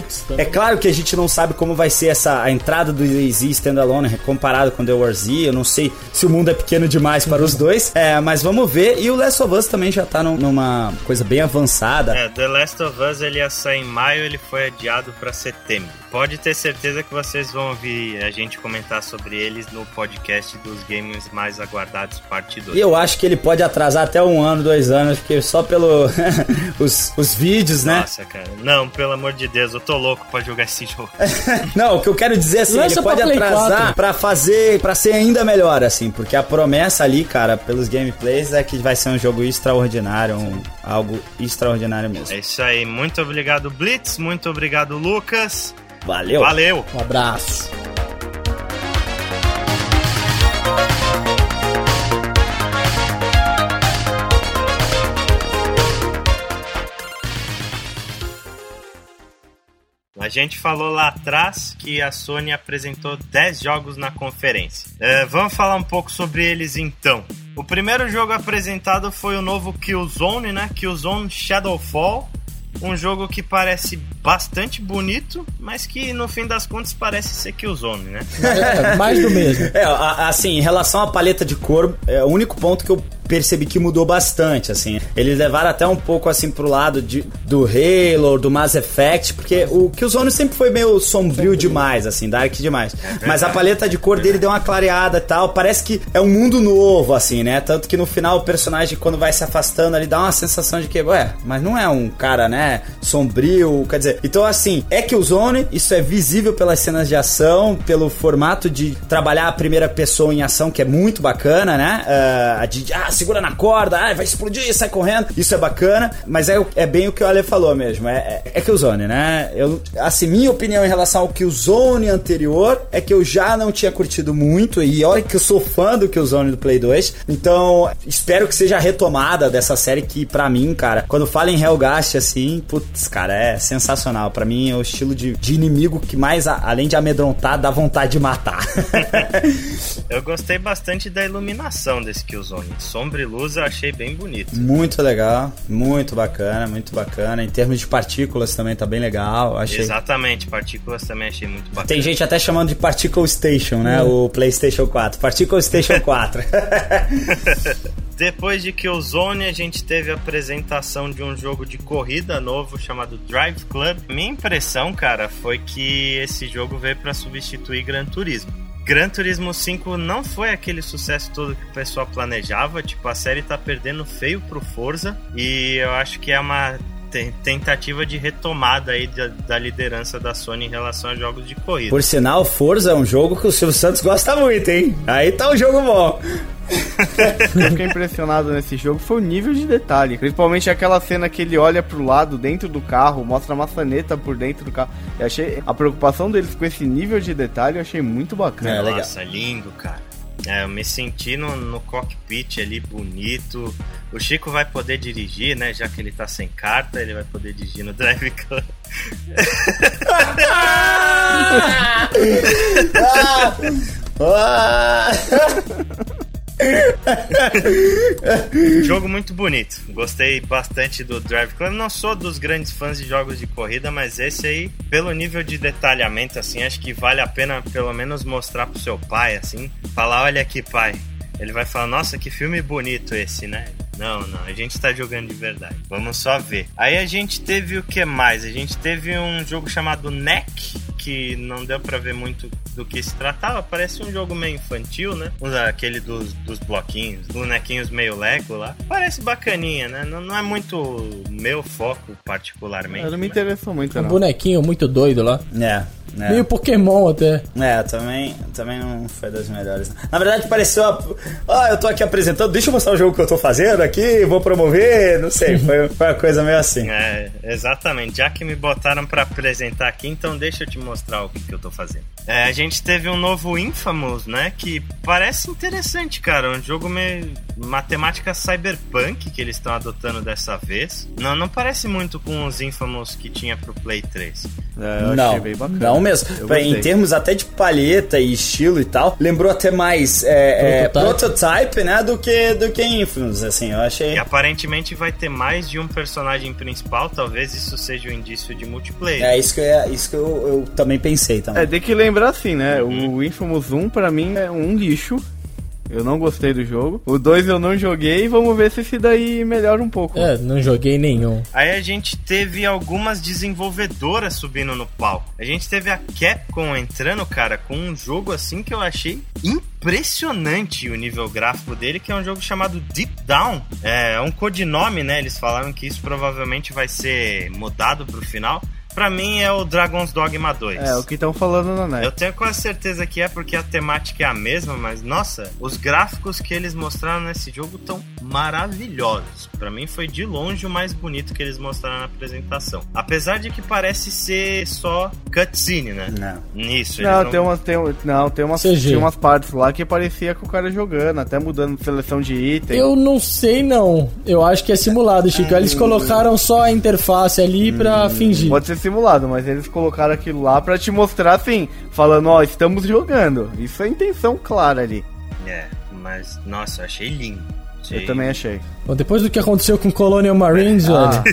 É claro que a gente não sabe como vai ser a entrada do DayZ Standalone comparado com The War Z, eu não sei se o mundo é pequeno demais para os dois, mas vamos ver. E o Last of Us também já tá numa coisa bem avançada. The Last of Us, ele ia sair em maio, ele foi adiado pra setembro. pode ter certeza que vocês vão ouvir a gente comentar sobre eles no podcast dos games mais aguardados, parte 2. E eu acho que ele pode atrasar até 1 ano, 2 anos, porque só pelo os vídeos, né? Nossa, cara. Não, pelo amor de Deus, eu tô louco pra jogar esse jogo. Não, o que eu quero dizer assim, Lança ele pode pra Play atrasar 4. pra ser ainda melhor, assim, porque a promessa ali, cara, pelos gameplays é que vai ser um jogo extraordinário, algo extraordinário mesmo. É isso aí, muito obrigado, Blitz, muito obrigado, Lucas. Valeu! Valeu! Um abraço. A gente falou lá atrás que a Sony apresentou 10 jogos na conferência. Vamos falar um pouco sobre eles então. O primeiro jogo apresentado foi o novo Killzone, né? Killzone Shadowfall. Um jogo que parece bastante bonito, mas que no fim das contas parece ser Killzone, né? Mais do mesmo. Assim, em relação à paleta de cor, é o único ponto que eu percebi que mudou bastante, assim. Eles levaram até um pouco, assim, pro lado do Halo, do Mass Effect, porque o Killzone sempre foi meio sombrio demais, assim, dark demais. Mas a paleta de cor dele deu uma clareada e tal, parece que é um mundo novo, assim, né? Tanto que no final o personagem, quando vai se afastando ali, dá uma sensação de que, mas não é um cara, né, sombrio, quer dizer... Então, assim, é Killzone, isso é visível pelas cenas de ação, pelo formato de trabalhar a primeira pessoa em ação, que é muito bacana, né? Segura na corda, vai explodir, sai correndo, isso é bacana, mas é bem o que o Ale falou mesmo, é Killzone, né? Minha opinião em relação ao Killzone anterior é que eu já não tinha curtido muito, e olha que eu sou fã do Killzone do Play 2, então espero que seja a retomada dessa série que, pra mim, cara, quando fala em Helghast, assim, putz, cara, é sensacional. Pra mim é o estilo de inimigo que mais, além de amedrontar, dá vontade de matar. Eu gostei bastante da iluminação desse Killzone. Sombra e luz eu achei bem bonito. Muito legal, muito bacana, muito bacana. Em termos de partículas também tá bem legal. Achei... Exatamente, partículas também achei muito bacana. Tem gente até chamando de Particle Station, né? O PlayStation 4. Particle Station 4. Depois de Killzone, a gente teve a apresentação de um jogo de corrida novo chamado Drive Club. Minha impressão, cara, foi que esse jogo veio pra substituir Gran Turismo. Gran Turismo 5 não foi aquele sucesso todo que o pessoal planejava, tipo, a série tá perdendo feio pro Forza, e eu acho que é uma tentativa de retomada aí da liderança da Sony em relação a jogos de corrida. Por sinal, Forza é um jogo que o Silvio Santos gosta muito, hein? Aí tá um jogo bom. Eu fiquei impressionado nesse jogo foi o nível de detalhe, principalmente aquela cena que ele olha pro lado dentro do carro, mostra a maçaneta por dentro do carro. Eu achei a preocupação deles com esse nível de detalhe, eu achei muito bacana. Nossa, legal. Lindo, cara. Eu me senti no cockpit ali, bonito. O Chico vai poder dirigir, né? Já que ele tá sem carta, ele vai poder dirigir no Drive Club. Jogo muito bonito. Gostei bastante do Drive Club. Não sou dos grandes fãs de jogos de corrida, mas esse aí, pelo nível de detalhamento, assim, acho que vale a pena pelo menos mostrar pro seu pai, assim, falar, olha aqui, pai. Ele vai falar, nossa, que filme bonito esse, né? Não, a gente tá jogando de verdade. Vamos só ver. Aí a gente teve o que mais? A gente teve um jogo chamado NEC, que não deu pra ver muito do que se tratava. Parece um jogo meio infantil, né? Aquele dos bloquinhos, bonequinhos meio Lego lá. Parece bacaninha, né? Não é muito meu foco, particularmente. Não me interessou muito, não. Um bonequinho muito doido lá. Meio Pokémon até. Também não foi das melhores. Na verdade, pareceu... eu tô aqui apresentando, deixa eu mostrar o jogo que eu tô fazendo aqui, vou promover, não sei, foi uma coisa meio assim. Exatamente. Já que me botaram pra apresentar aqui, então deixa eu te mostrar o que eu tô fazendo. A gente teve um novo Infamous, né, que parece interessante, cara, um jogo meio matemática cyberpunk que eles estão adotando dessa vez. Não parece muito com os Infamous que tinha pro Play 3. Eu achei bem bacana. Não mesmo. Em termos até de palheta e estilo e tal, lembrou até mais Prototype, né, do que Infamous, assim, eu achei. E aparentemente vai ter mais de um personagem principal, talvez isso seja um indício de multiplayer. Isso que eu também pensei também. Tem que lembrar assim, né, o Infamous 1 pra mim é um lixo. Eu não gostei do jogo. O 2 eu não joguei. Vamos ver se esse daí melhora um pouco. Não joguei nenhum. Aí a gente teve algumas desenvolvedoras subindo no palco. A gente teve a Capcom entrando, cara, com um jogo assim que eu achei impressionante o nível gráfico dele, que é um jogo chamado Deep Down. É um codinome, né? Eles falaram que isso provavelmente vai ser mudado pro final. Pra mim é o Dragon's Dogma 2. É, o que estão falando na net. Eu tenho quase certeza que é porque a temática é a mesma, mas nossa, os gráficos que eles mostraram nesse jogo estão maravilhosos. Pra mim foi de longe o mais bonito que eles mostraram na apresentação. Apesar de que parece ser só cutscene, né? Não. Nisso. Não, tem umas partes lá que parecia com o cara jogando, até mudando seleção de item. Eu não sei, não. Eu acho que é simulado, Chico. Eles colocaram só a interface ali pra fingir. Pode ser simulado, mas eles colocaram aquilo lá pra te mostrar assim, falando, ó, estamos jogando. Isso é a intenção clara ali. É, mas nossa, eu achei lindo. Eu também achei. Bom, depois do que aconteceu com Colonial Marines, velho.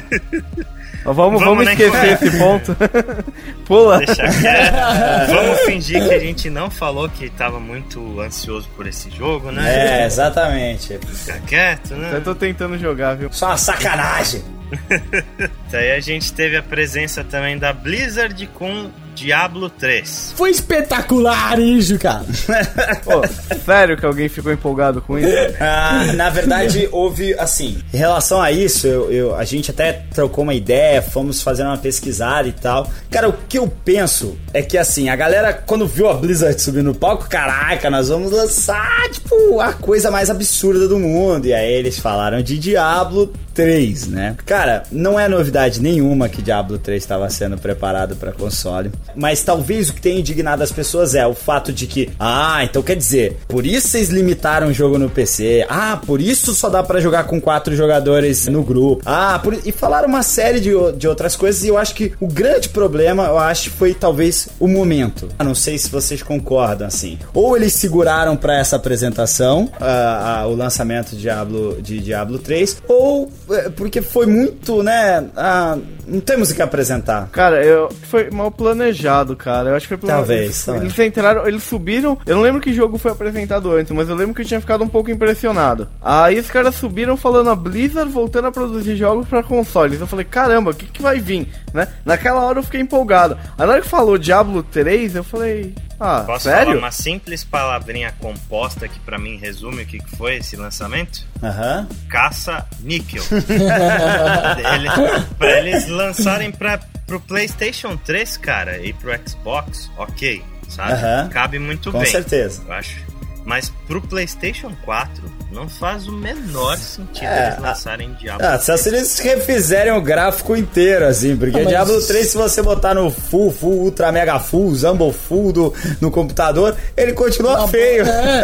Vamos esquecer esse ponto. Pula. Deixa quieto. Vamos fingir que a gente não falou que tava muito ansioso por esse jogo, né? É, exatamente. Fica quieto, né? Eu tô tentando jogar, viu? Só uma sacanagem. Daí a gente teve a presença também da Blizzard com Diablo 3. Foi espetacular isso, cara. Pô, sério que alguém ficou empolgado com isso? Na verdade, houve, assim, em relação a isso, a gente até trocou uma ideia, fomos fazendo uma pesquisada e tal. Cara, o que eu penso é que, assim, a galera, quando viu a Blizzard subir no palco, caraca, nós vamos lançar, tipo, a coisa mais absurda do mundo. E aí eles falaram de Diablo 3, né? Cara, não é novidade nenhuma que Diablo 3 estava sendo preparado para console. Mas talvez o que tenha indignado as pessoas é o fato de que, então quer dizer, por isso vocês limitaram o jogo no PC, por isso só dá pra jogar com 4 jogadores no grupo, e falaram uma série de outras coisas, e eu acho que o grande problema, eu acho, foi talvez o momento. Não sei se vocês concordam, assim. Ou eles seguraram pra essa apresentação, o lançamento de Diablo 3, ou porque foi muito, né, não temos o que apresentar. Cara, foi mal planejado, cara. Eu acho que foi talvez. Eles entraram, eles subiram. Eu não lembro que jogo foi apresentado antes, mas eu lembro que eu tinha ficado um pouco impressionado. Aí os caras subiram falando a Blizzard voltando a produzir jogos pra consoles. Eu falei, caramba, o que vai vir, né? Naquela hora eu fiquei empolgado. Aí na hora que falou Diablo 3, eu falei, posso sério? falar uma simples palavrinha composta que pra mim resume o que foi esse lançamento? Caça-níquel. Pra eles lançarem pro PlayStation 3, cara, e pro Xbox, ok, sabe? Cabe muito bem. Com certeza. Eu acho. Mas pro PlayStation 4 não faz o menor sentido eles lançarem Diablo 3. Só se eles refizerem o gráfico inteiro, assim, porque Diablo 3, se você botar no full, ultra mega full, Zumble full no computador, ele continua feio.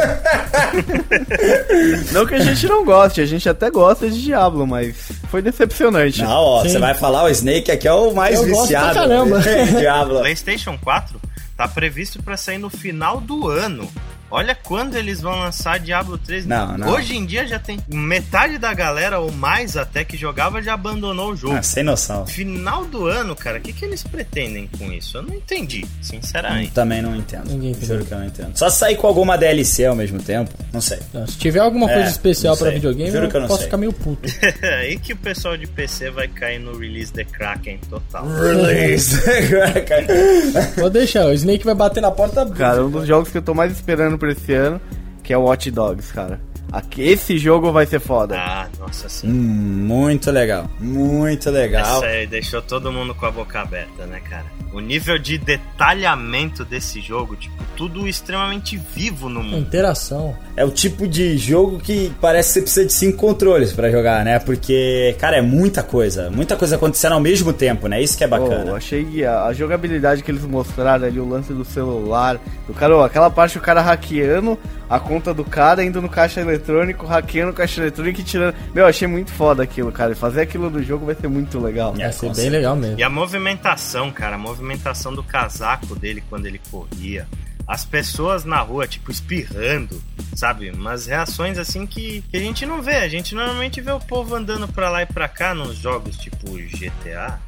Não que a gente não goste, a gente até gosta de Diablo, mas foi decepcionante. Não, você vai falar, o Snake aqui é o mais viciado. Caramba. Diablo. PlayStation 4 tá previsto pra sair no final do ano. Olha quando eles vão lançar Diablo 3. Não. Hoje em dia já tem metade da galera, ou mais até, que jogava já abandonou o jogo. Sem noção. Final do ano, cara, o que eles pretendem com isso? Eu não entendi, sinceramente. Também não entendo. Ninguém entendeu. Juro que eu não entendo. Só sair com alguma DLC ao mesmo tempo, não sei. Se tiver alguma coisa especial pra videogame, juro que eu não posso sei. ficar meio puto. Aí que o pessoal de PC vai cair no Release the Kraken total. Release the Kraken. Vou deixar, o Snake vai bater na porta. Cara, um dos jogos que eu tô mais esperando pra esse ano, que é o Watch Dogs, cara. Esse jogo vai ser foda. Nossa sim. Muito legal. Muito legal. Essa aí deixou todo mundo com a boca aberta, né, cara? O nível de detalhamento desse jogo, tipo, tudo extremamente vivo no mundo. Interação. É o tipo de jogo que parece que você precisa de 5 controles pra jogar, né? Porque, cara, é muita coisa acontecendo ao mesmo tempo, né? Isso que é bacana. Eu achei a jogabilidade que eles mostraram ali, o lance do celular, do cara, aquela parte do cara hackeando a conta do cara, indo no caixa eletrônico, hackeando o caixa eletrônico e tirando... Meu, achei muito foda aquilo, cara. E fazer aquilo do jogo vai ser muito legal. Vai ser bem legal mesmo. E a movimentação, cara, a movimentação do casaco dele quando ele corria. As pessoas na rua, tipo, espirrando, sabe? Umas reações assim que a gente não vê. A gente normalmente vê o povo andando pra lá e pra cá nos jogos tipo GTA.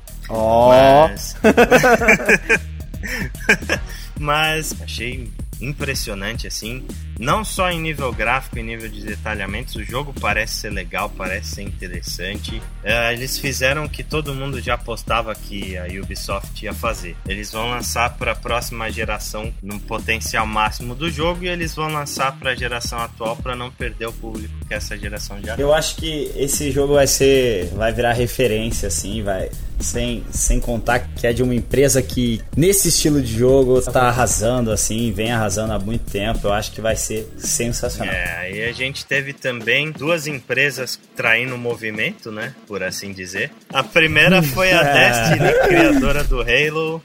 Mas achei impressionante, assim. não só em nível gráfico, em nível de detalhamentos, o jogo parece ser legal, parece ser interessante. Eles fizeram o que todo mundo já apostava que a Ubisoft ia fazer. Eles vão lançar para a próxima geração no potencial máximo do jogo e eles vão lançar para a geração atual para não perder o público que essa geração já tem. Eu acho que esse jogo vai virar referência, assim, vai... Sem contar que é de uma empresa que nesse estilo de jogo tá arrasando, assim, vem arrasando há muito tempo. Eu acho que vai ser sensacional. Aí a gente teve também duas empresas traindo o movimento, né, por assim dizer. A primeira foi a Destiny, criadora do Halo.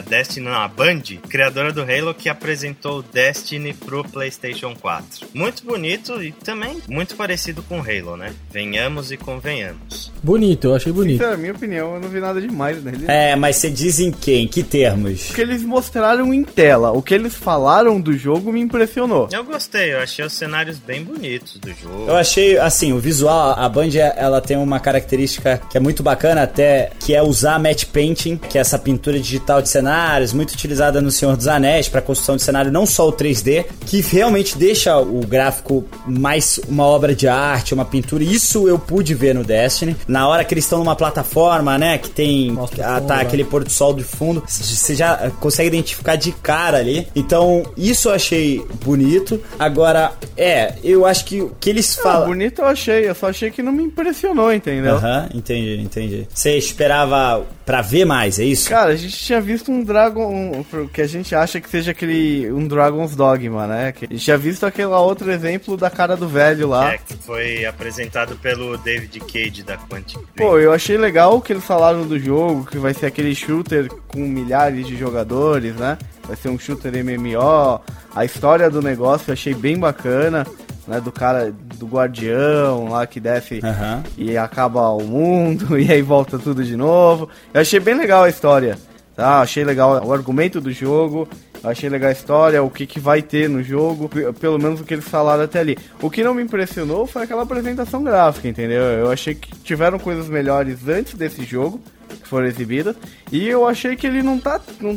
A Band, criadora do Halo, que apresentou o Destiny pro PlayStation 4. Muito bonito e também muito parecido com Halo, né? Venhamos e convenhamos. Bonito, eu achei bonito. Na minha opinião, eu não vi nada demais nele. Mas você diz em quê? Em que termos? O que eles mostraram em tela, o que eles falaram do jogo me impressionou. Eu gostei, eu achei os cenários bem bonitos do jogo. Eu achei, assim, o visual, a Band, ela tem uma característica que é muito bacana até, que é usar matte painting, que é essa pintura digital de cenários, muito utilizada no Senhor dos Anéis, para construção de cenário, não só o 3D, que realmente deixa o gráfico mais uma obra de arte, uma pintura. Isso eu pude ver no Destiny. Na hora que eles estão numa plataforma, né, que tem aquele pôr do sol de fundo, você já consegue identificar de cara ali. Então, isso eu achei bonito. Agora, eu acho que o que eles falam... Bonito eu só achei que não me impressionou, entendeu? Entendi. Você esperava pra ver mais, é isso? Cara, a gente tinha visto um Dragon, que a gente acha que seja um Dragon's Dogma, né? Que a gente tinha visto aquele outro exemplo da cara do velho lá. Que foi apresentado pelo David Cage da Quantic Dream. Pô, eu achei legal o que eles falaram do jogo, que vai ser aquele shooter com milhares de jogadores, né? Vai ser um shooter MMO. A história do negócio eu achei bem bacana, né? Do cara, do guardião lá que desce e acaba o mundo e aí volta tudo de novo. Eu achei bem legal a história, tá? Achei legal o argumento do jogo, achei legal a história, o que vai ter no jogo, pelo menos o que eles falaram até ali. O que não me impressionou foi aquela apresentação gráfica, entendeu? Eu achei que tiveram coisas melhores antes desse jogo, que foram exibidas, e eu achei que ele não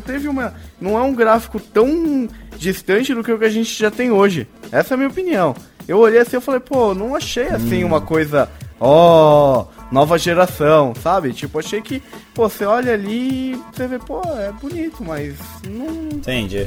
é um gráfico tão distante do que o que a gente já tem hoje. Essa é a minha opinião. Eu olhei assim e falei, pô, não achei assim uma coisa, nova geração, sabe? Tipo, achei que, pô, você olha ali e você vê, pô, é bonito, mas não... Entendi.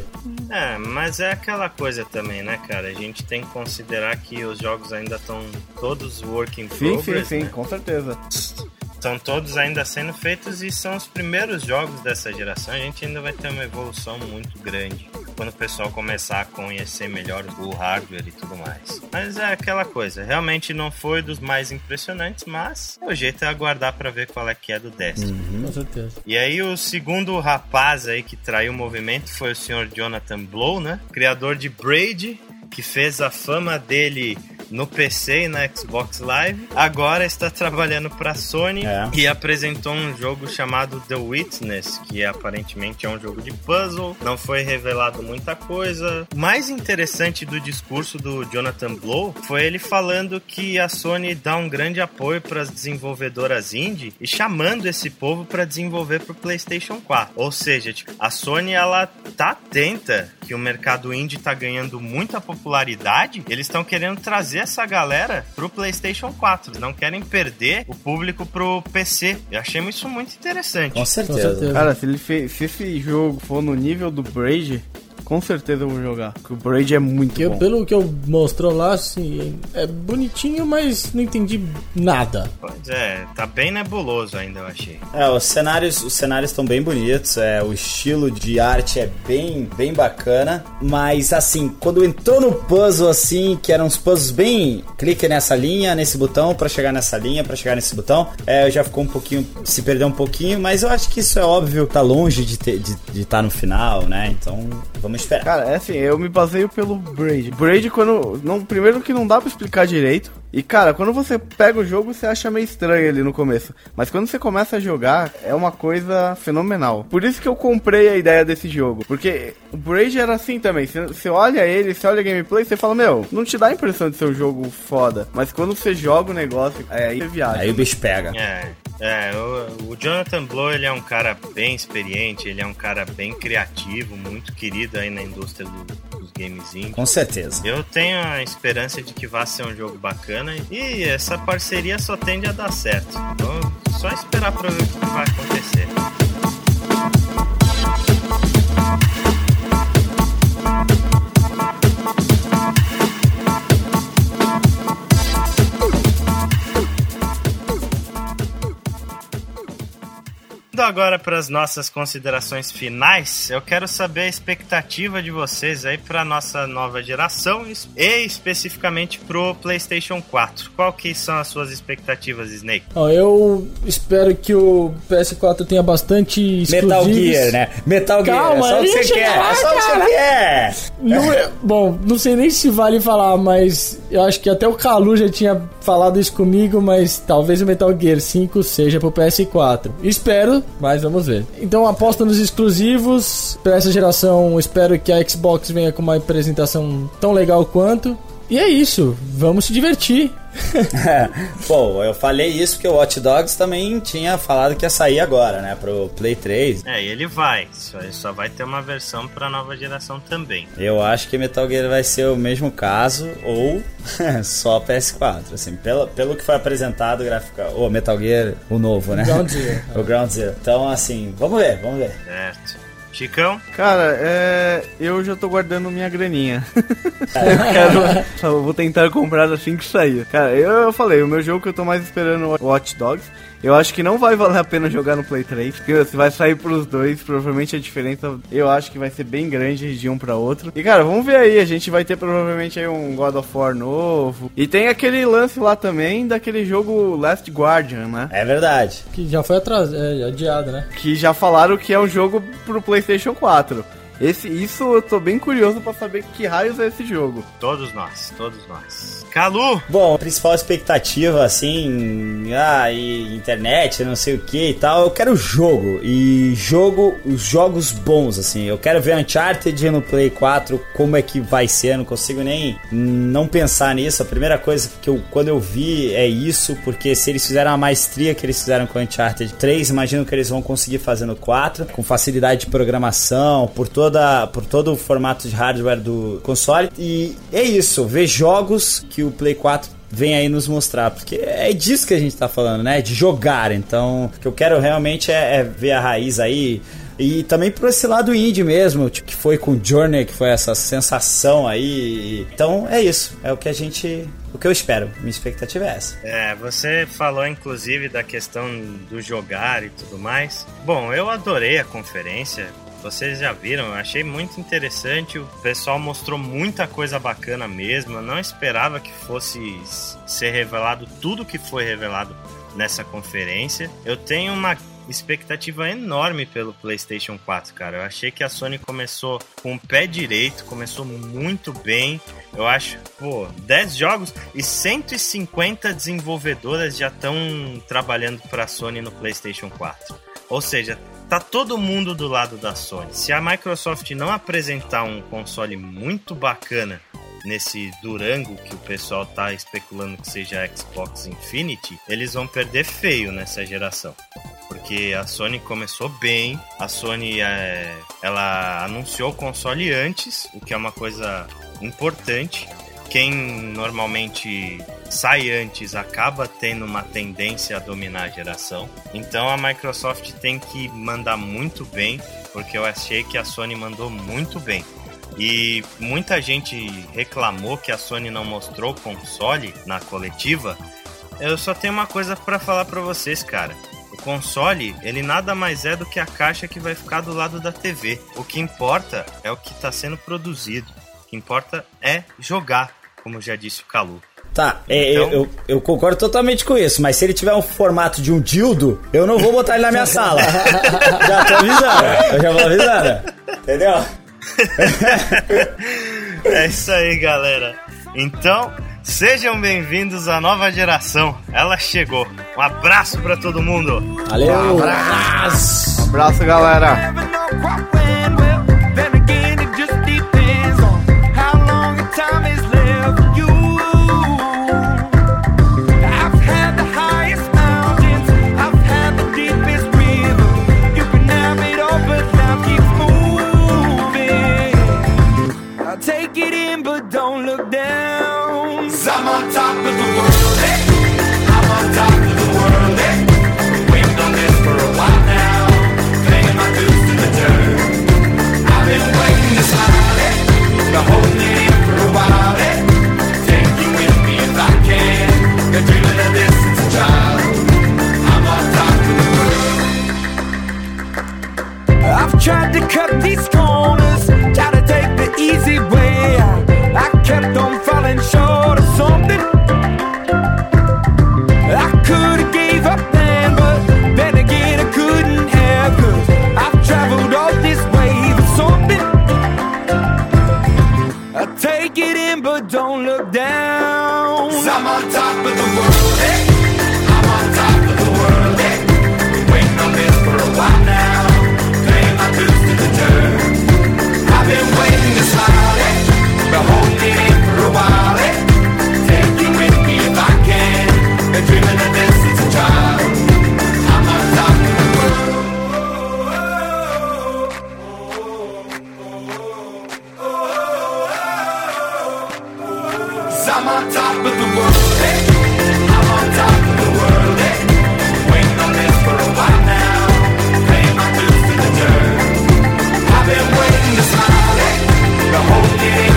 Mas é aquela coisa também, né, cara? A gente tem que considerar que os jogos ainda estão todos work in progress, Sim, né? com certeza. Estão todos ainda sendo feitos e são os primeiros jogos dessa geração. A gente ainda vai ter uma evolução muito grande quando o pessoal começar a conhecer melhor o hardware e tudo mais. Mas é aquela coisa, realmente não foi dos mais impressionantes, mas o jeito é aguardar pra ver qual é que é do Destiny. Com certeza. E aí o segundo rapaz aí que traiu o movimento foi o senhor Jonathan Blow, né? Criador de Braid, que fez a fama dele no PC e na Xbox Live, agora está trabalhando para Sony e apresentou um jogo chamado The Witness, que aparentemente é um jogo de puzzle, não foi revelado muita coisa. O mais interessante do discurso do Jonathan Blow foi ele falando que a Sony dá um grande apoio para as desenvolvedoras indie e chamando esse povo para desenvolver para o PlayStation 4. Ou seja, tipo, a Sony ela tá atenta que o mercado indie tá ganhando muita popularidade, eles estão querendo trazer essa galera pro PlayStation 4. Eles não querem perder o público pro PC. Eu achei isso muito interessante. Com certeza. Cara, se esse jogo for no nível do Braid, com certeza eu vou jogar. Porque o Braid é muito bom. Pelo que eu mostrou lá, assim, é bonitinho, mas não entendi nada. Pois é, tá bem nebuloso ainda, eu achei. Os cenários estão bem bonitos, o estilo de arte é bem bacana, mas assim, quando entrou no puzzle assim, que eram uns puzzles bem, clique nessa linha, nesse botão pra chegar nessa linha, pra chegar nesse botão, já ficou um pouquinho, se perdeu um pouquinho, mas eu acho que isso é óbvio, tá longe de estar no final, né, então vamos esperar. Cara, é assim, eu me baseio pelo Braid. Braid, primeiro que não dá pra explicar direito. E, cara, quando você pega o jogo, você acha meio estranho ali no começo. Mas quando você começa a jogar, é uma coisa fenomenal. Por isso que eu comprei a ideia desse jogo. Porque o Braid era assim também. Você olha ele, você olha a gameplay, você fala, não te dá a impressão de ser um jogo foda. Mas quando você joga o negócio, aí você viaja. Aí o bicho pega. O Jonathan Blow, ele é um cara bem experiente, ele é um cara bem criativo, muito querido aí na indústria dos games indie. Com certeza. Eu tenho a esperança de que vá ser um jogo bacana e essa parceria só tende a dar certo. Então, só esperar pra ver o que vai acontecer. Indo agora para as nossas considerações finais, eu quero saber a expectativa de vocês aí para nossa nova geração e especificamente pro PlayStation 4. Qual que são as suas expectativas, Snake? Eu espero que o PS4 tenha bastante exclusivos. Metal Gear, né? Metal Gear, Calma, é só o que você quer. É só o que você quer. Bom, não sei nem se vale falar, mas eu acho que até o Calu já tinha falado isso comigo, mas talvez o Metal Gear 5 seja pro PS4. Espero, mas vamos ver. Então aposta nos exclusivos. Para essa geração, espero que a Xbox venha com uma apresentação tão legal quanto. E é isso, vamos se divertir. Pô, eu falei isso porque o Watch Dogs também tinha falado que ia sair agora, né, pro Play 3. E ele vai, só vai ter uma versão pra nova geração também. Eu acho que Metal Gear vai ser o mesmo caso, ou só PS4, assim, pelo que foi apresentado gráfica, o Metal Gear, o novo, né? Ground Zero. O Ground Zero. Então, assim, vamos ver. Certo. Chicão? Cara, eu já tô guardando minha graninha. Eu vou tentar comprar assim que sair. Cara, eu falei, o meu jogo que eu tô mais esperando é o Watch Dogs. Eu acho que não vai valer a pena jogar no Play 3, porque se vai sair pros dois, provavelmente a diferença eu acho que vai ser bem grande de um pra outro. E cara, vamos ver aí, a gente vai ter provavelmente aí um God of War novo. E tem aquele lance lá também daquele jogo Last Guardian, né? É verdade. Que já foi adiado, né? Que já falaram que é um jogo pro PlayStation 4. Isso eu tô bem curioso pra saber que raios é esse jogo. Todos nós. Calu! Bom, a principal expectativa, assim, e internet, não sei o que e tal, eu quero jogo. E os jogos bons, assim. Eu quero ver Uncharted no Play 4, como é que vai ser, eu não consigo nem não pensar nisso. A primeira coisa que quando eu vi é isso, porque se eles fizeram a maestria que eles fizeram com Uncharted 3, imagino que eles vão conseguir fazer no 4, com facilidade de programação, por todo o formato de hardware do console. E é isso, ver jogos que o Play 4 vem aí nos mostrar, porque é disso que a gente tá falando, né? De jogar. Então, o que eu quero realmente é ver a raiz aí. E também por esse lado indie mesmo, tipo, que foi com Journey, que foi essa sensação aí. Então, é isso. É o que eu espero. Minha expectativa é essa. Você falou inclusive da questão do jogar e tudo mais. Bom, eu adorei a conferência. Vocês já viram, eu achei muito interessante, o pessoal mostrou muita coisa bacana mesmo, eu não esperava que fosse ser revelado tudo que foi revelado nessa conferência. Eu tenho uma expectativa enorme pelo PlayStation 4, cara. Eu achei que a Sony começou com o pé direito, começou muito bem. Eu acho, 10 jogos e 150 desenvolvedoras já estão trabalhando para a Sony no PlayStation 4. Ou seja, tá todo mundo do lado da Sony. Se a Microsoft não apresentar um console muito bacana nesse Durango que o pessoal tá especulando que seja a Xbox Infinity, eles vão perder feio nessa geração. Porque a Sony começou bem, a Sony ela anunciou o console antes, o que é uma coisa importante. Quem normalmente sai antes acaba tendo uma tendência a dominar a geração. Então a Microsoft tem que mandar muito bem, porque eu achei que a Sony mandou muito bem. E muita gente reclamou que a Sony não mostrou o console na coletiva. Eu só tenho uma coisa pra falar pra vocês, cara. O console, ele nada mais é do que a caixa que vai ficar do lado da TV. O que importa é o que está sendo produzido. O que importa é jogar, como já disse o Calu. Tá, então... eu concordo totalmente com isso, mas se ele tiver um formato de um dildo, eu não vou botar ele na minha sala. Já tô avisando, eu já vou avisando. Entendeu? É isso aí, galera. Então, sejam bem-vindos à nova geração. Ela chegou. Um abraço pra todo mundo. Valeu. Um abraço, galera. Take don't look down. 'Cause I'm on top of the world, eh? I'm on top of the world, eh? Been waiting on this for a while now, paying my dues to the dirt. I've been waiting to smile, eh? Been holding it in for a while, eh? Take you with me if I can. Been dreaming of this since a child. I'm on top of the world. I've tried to cut these corners, try to take the easy way. I kept on falling short of something. I could've gave up then, but then again I couldn't have. 'Cause I've traveled all this way for something. I take it in but don't look down. 'Cause I'm on top of the world, eh? I'm on top of the world, eh? Been waiting on this for a while now, paying my dues to the dirt. I've been waiting to smile, eh? Been holding it in for a while, eh? Take you with me if I can. Been dreaming of this since a child. I'm on top of the world. 'Cause I'm on top of the world, eh? I'm on top of the world, eh? Waiting on this for a while now, paying my dues to the dirt. I've been waiting to smile, eh? Been holding it in